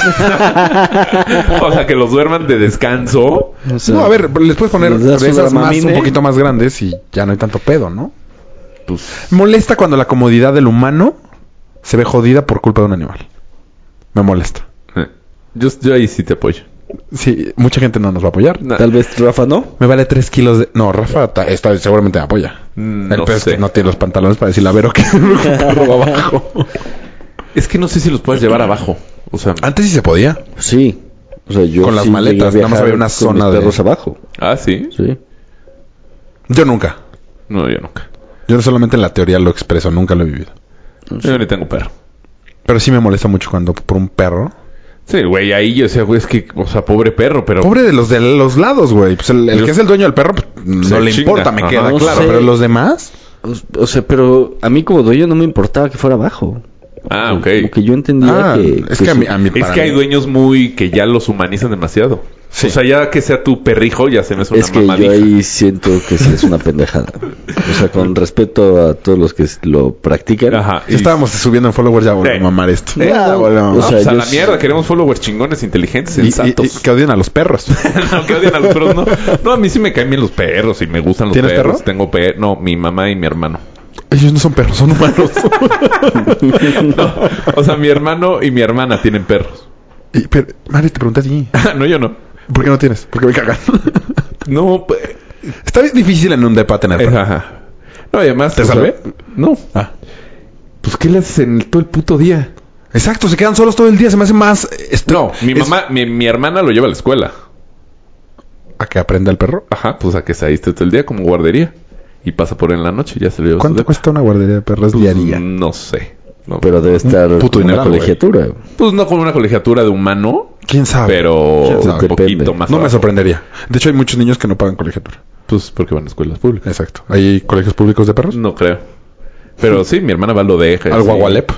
O sea, que los duerman de descanso. O sea, No, a ver, les puedes poner les das de su esas más, Dramamine. un poquito más grandes y ya no hay tanto pedo, ¿no? Pues... Molesta cuando la comodidad del humano se ve jodida por culpa de un animal. Me molesta. Yo ahí sí te apoyo. Sí, mucha gente no nos va a apoyar. Tal vez Rafa no. Me vale 3 kilos de... No, Rafa seguramente me apoya. El No pedo es sé. que no tiene los pantalones para decirle a Vero que un perro va abajo. Es que no sé si los puedes llevar abajo. O sea... Antes sí se podía. Sí. O sea, yo Con las sí maletas, llegué a nada más viajar había una con zona mis de- perros abajo. Ah, ¿sí? Sí. Yo nunca. No, yo nunca. Yo solamente en la teoría lo expreso, nunca lo he vivido. Yo ni tengo perro. Pero sí me molesta mucho cuando por un perro... Sí, güey, ahí yo decía, güey, es que... O sea, pobre perro, pero... Pobre de los lados, güey. Pues el que es el dueño del perro, pues, no Se le chinga. importa, me Ajá. queda No claro. sé. Pero los demás... O sea, pero a mí como dueño no me importaba que fuera abajo. Ah, ok. Como que yo entendía que... es que a mí... Es para que hay mí- dueños muy... que ya los humanizan demasiado. Sí. O sea, ya que sea tu perrijo, ya se me hace una Es que mamadija. yo ahí siento que sí es una pendejada. O sea, con respeto a todos los que lo practican. Ajá. Ya estábamos subiendo en followers, ya volvió Sí. a mamar esto. Sí. Ya volvió a mamar. O sea, Pues a yo la sí- mierda, queremos followers chingones, inteligentes, Y sensatos. que odien a los perros. No, que odian a los perros, no. No, a mí sí me caen bien los perros y me gustan los ¿Tienes perros. perro? Tengo perro. No, mi mamá y mi hermano. Ellos no son perros, son humanos. No, o sea, mi hermano y mi hermana tienen perros. Mari, te pregunté a ti. No, yo no. ¿Por qué no tienes? Porque me cagan. No, pues... Está bien difícil en un depa tener perro. Ajá. No, y además... ¿Te o sea, salvé? no. Ah. Pues, ¿qué le haces en todo el puto día? Exacto, se quedan solos todo el día. Se me hace más... No, mi mamá... Mi hermana lo lleva a la escuela. ¿A que aprenda el perro? Ajá, pues a que se aíste todo el día como guardería. Y pasa por en la noche y ya se lo lleva a su ¿Cuánto depa. cuesta una guardería de perros Pues, diaria? no sé. No, Pero debe estar puto una dineral, colegiatura. pues no como una colegiatura de humano, ¿Quién sabe? pero ¿Quién sabe? un poquito Depende. más No me abajo. sorprendería. De hecho, hay muchos niños que no pagan colegiatura. Pues porque van a escuelas públicas. Exacto. ¿Hay colegios públicos de perros? No creo. Pero sí, mi hermana va lo deja. ¿Al sí. Guagualep?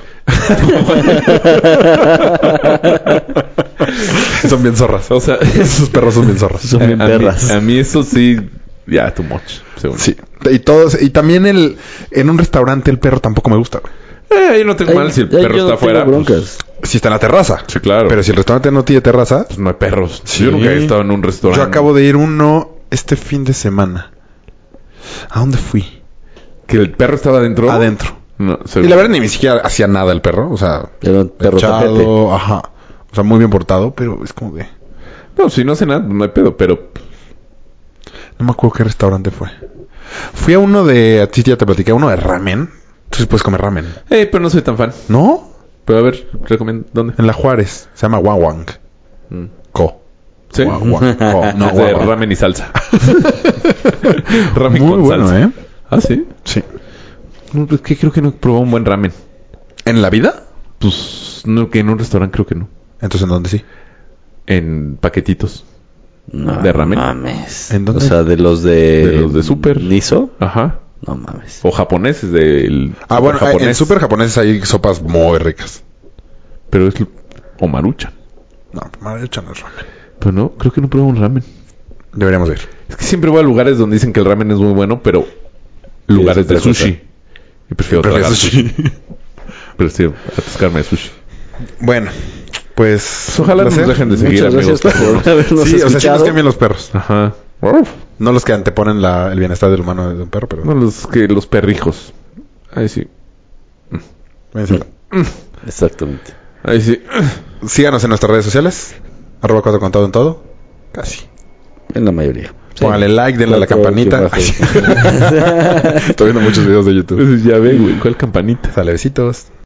Son bien zorras. O sea, Esos perros son bien zorras. Son bien perras. A mí eso sí, ya, too much. Según. Sí. Y también en un restaurante el perro tampoco me gusta, güey. Yo no tengo mal si el Ay, perro yo no está tengo afuera. broncas. Si está en la terraza. Sí, claro. Pero si el restaurante no tiene terraza... Pues no hay perros. Sí. Yo nunca he estado en un restaurante. Yo acabo de ir uno este fin de semana. ¿A dónde fui? ¿Que el perro estaba adentro? Adentro. No, Y la verdad ni siquiera hacía nada el perro. O sea, Era un perro tapete. echado, ajá. O sea, muy bien portado, pero es como de... No, si no hace nada, no hay pedo, pero... No me acuerdo qué restaurante fue. Fui a uno de... A ti ya te platicé. Uno de ramen. Entonces puedes comer ramen. pero no soy tan fan. ¿No? Pero a ver, recomiendo... ¿Dónde? En la Juárez. Se llama Wawang. Mm. Co. ¿Sí? Wawang Co. No, Es de Wawang. ramen y salsa. Ramen Muy con bueno, salsa. ¿eh? ¿Ah, sí? Sí. No, es que creo que no he probado un buen ramen. ¿En la vida? Pues, no, que en un restaurante creo que no. Entonces, ¿en dónde sí? En paquetitos. No ¿De ramen? mames. ¿En dónde? O sea, de los De los de Super. ¿Niso? Ajá. No mames. O japoneses del... Ah, bueno, super en super japoneses hay sopas muy ricas. Pero es... O maruchan. No, Maruchan no es ramen. Pero no, creo que no pruebo un ramen. Deberíamos ir. Es que siempre voy a lugares donde dicen que el ramen es muy bueno, pero... Lugares de otra cosa. sushi. Y prefiero Prefiero tragar sushi. sushi. Prefiero atascarme de sushi. Bueno, pues... Ojalá placer. nos dejen de seguir, Muchas amigos. gracias por habernos Sí, o sea, sí nos escuchado. caen bien los perros. Ajá. No los que anteponen el bienestar del humano de un perro, pero... No, los perrijos. Ahí sí. Váyanse. Exactamente. Ahí sí. Síganos en nuestras redes sociales. @4 contado en todo. Casi. En la mayoría. Póngale like, denle a la campanita. Estoy viendo muchos videos de YouTube. Ya ve, güey. ¿Cuál campanita? Sale, besitos.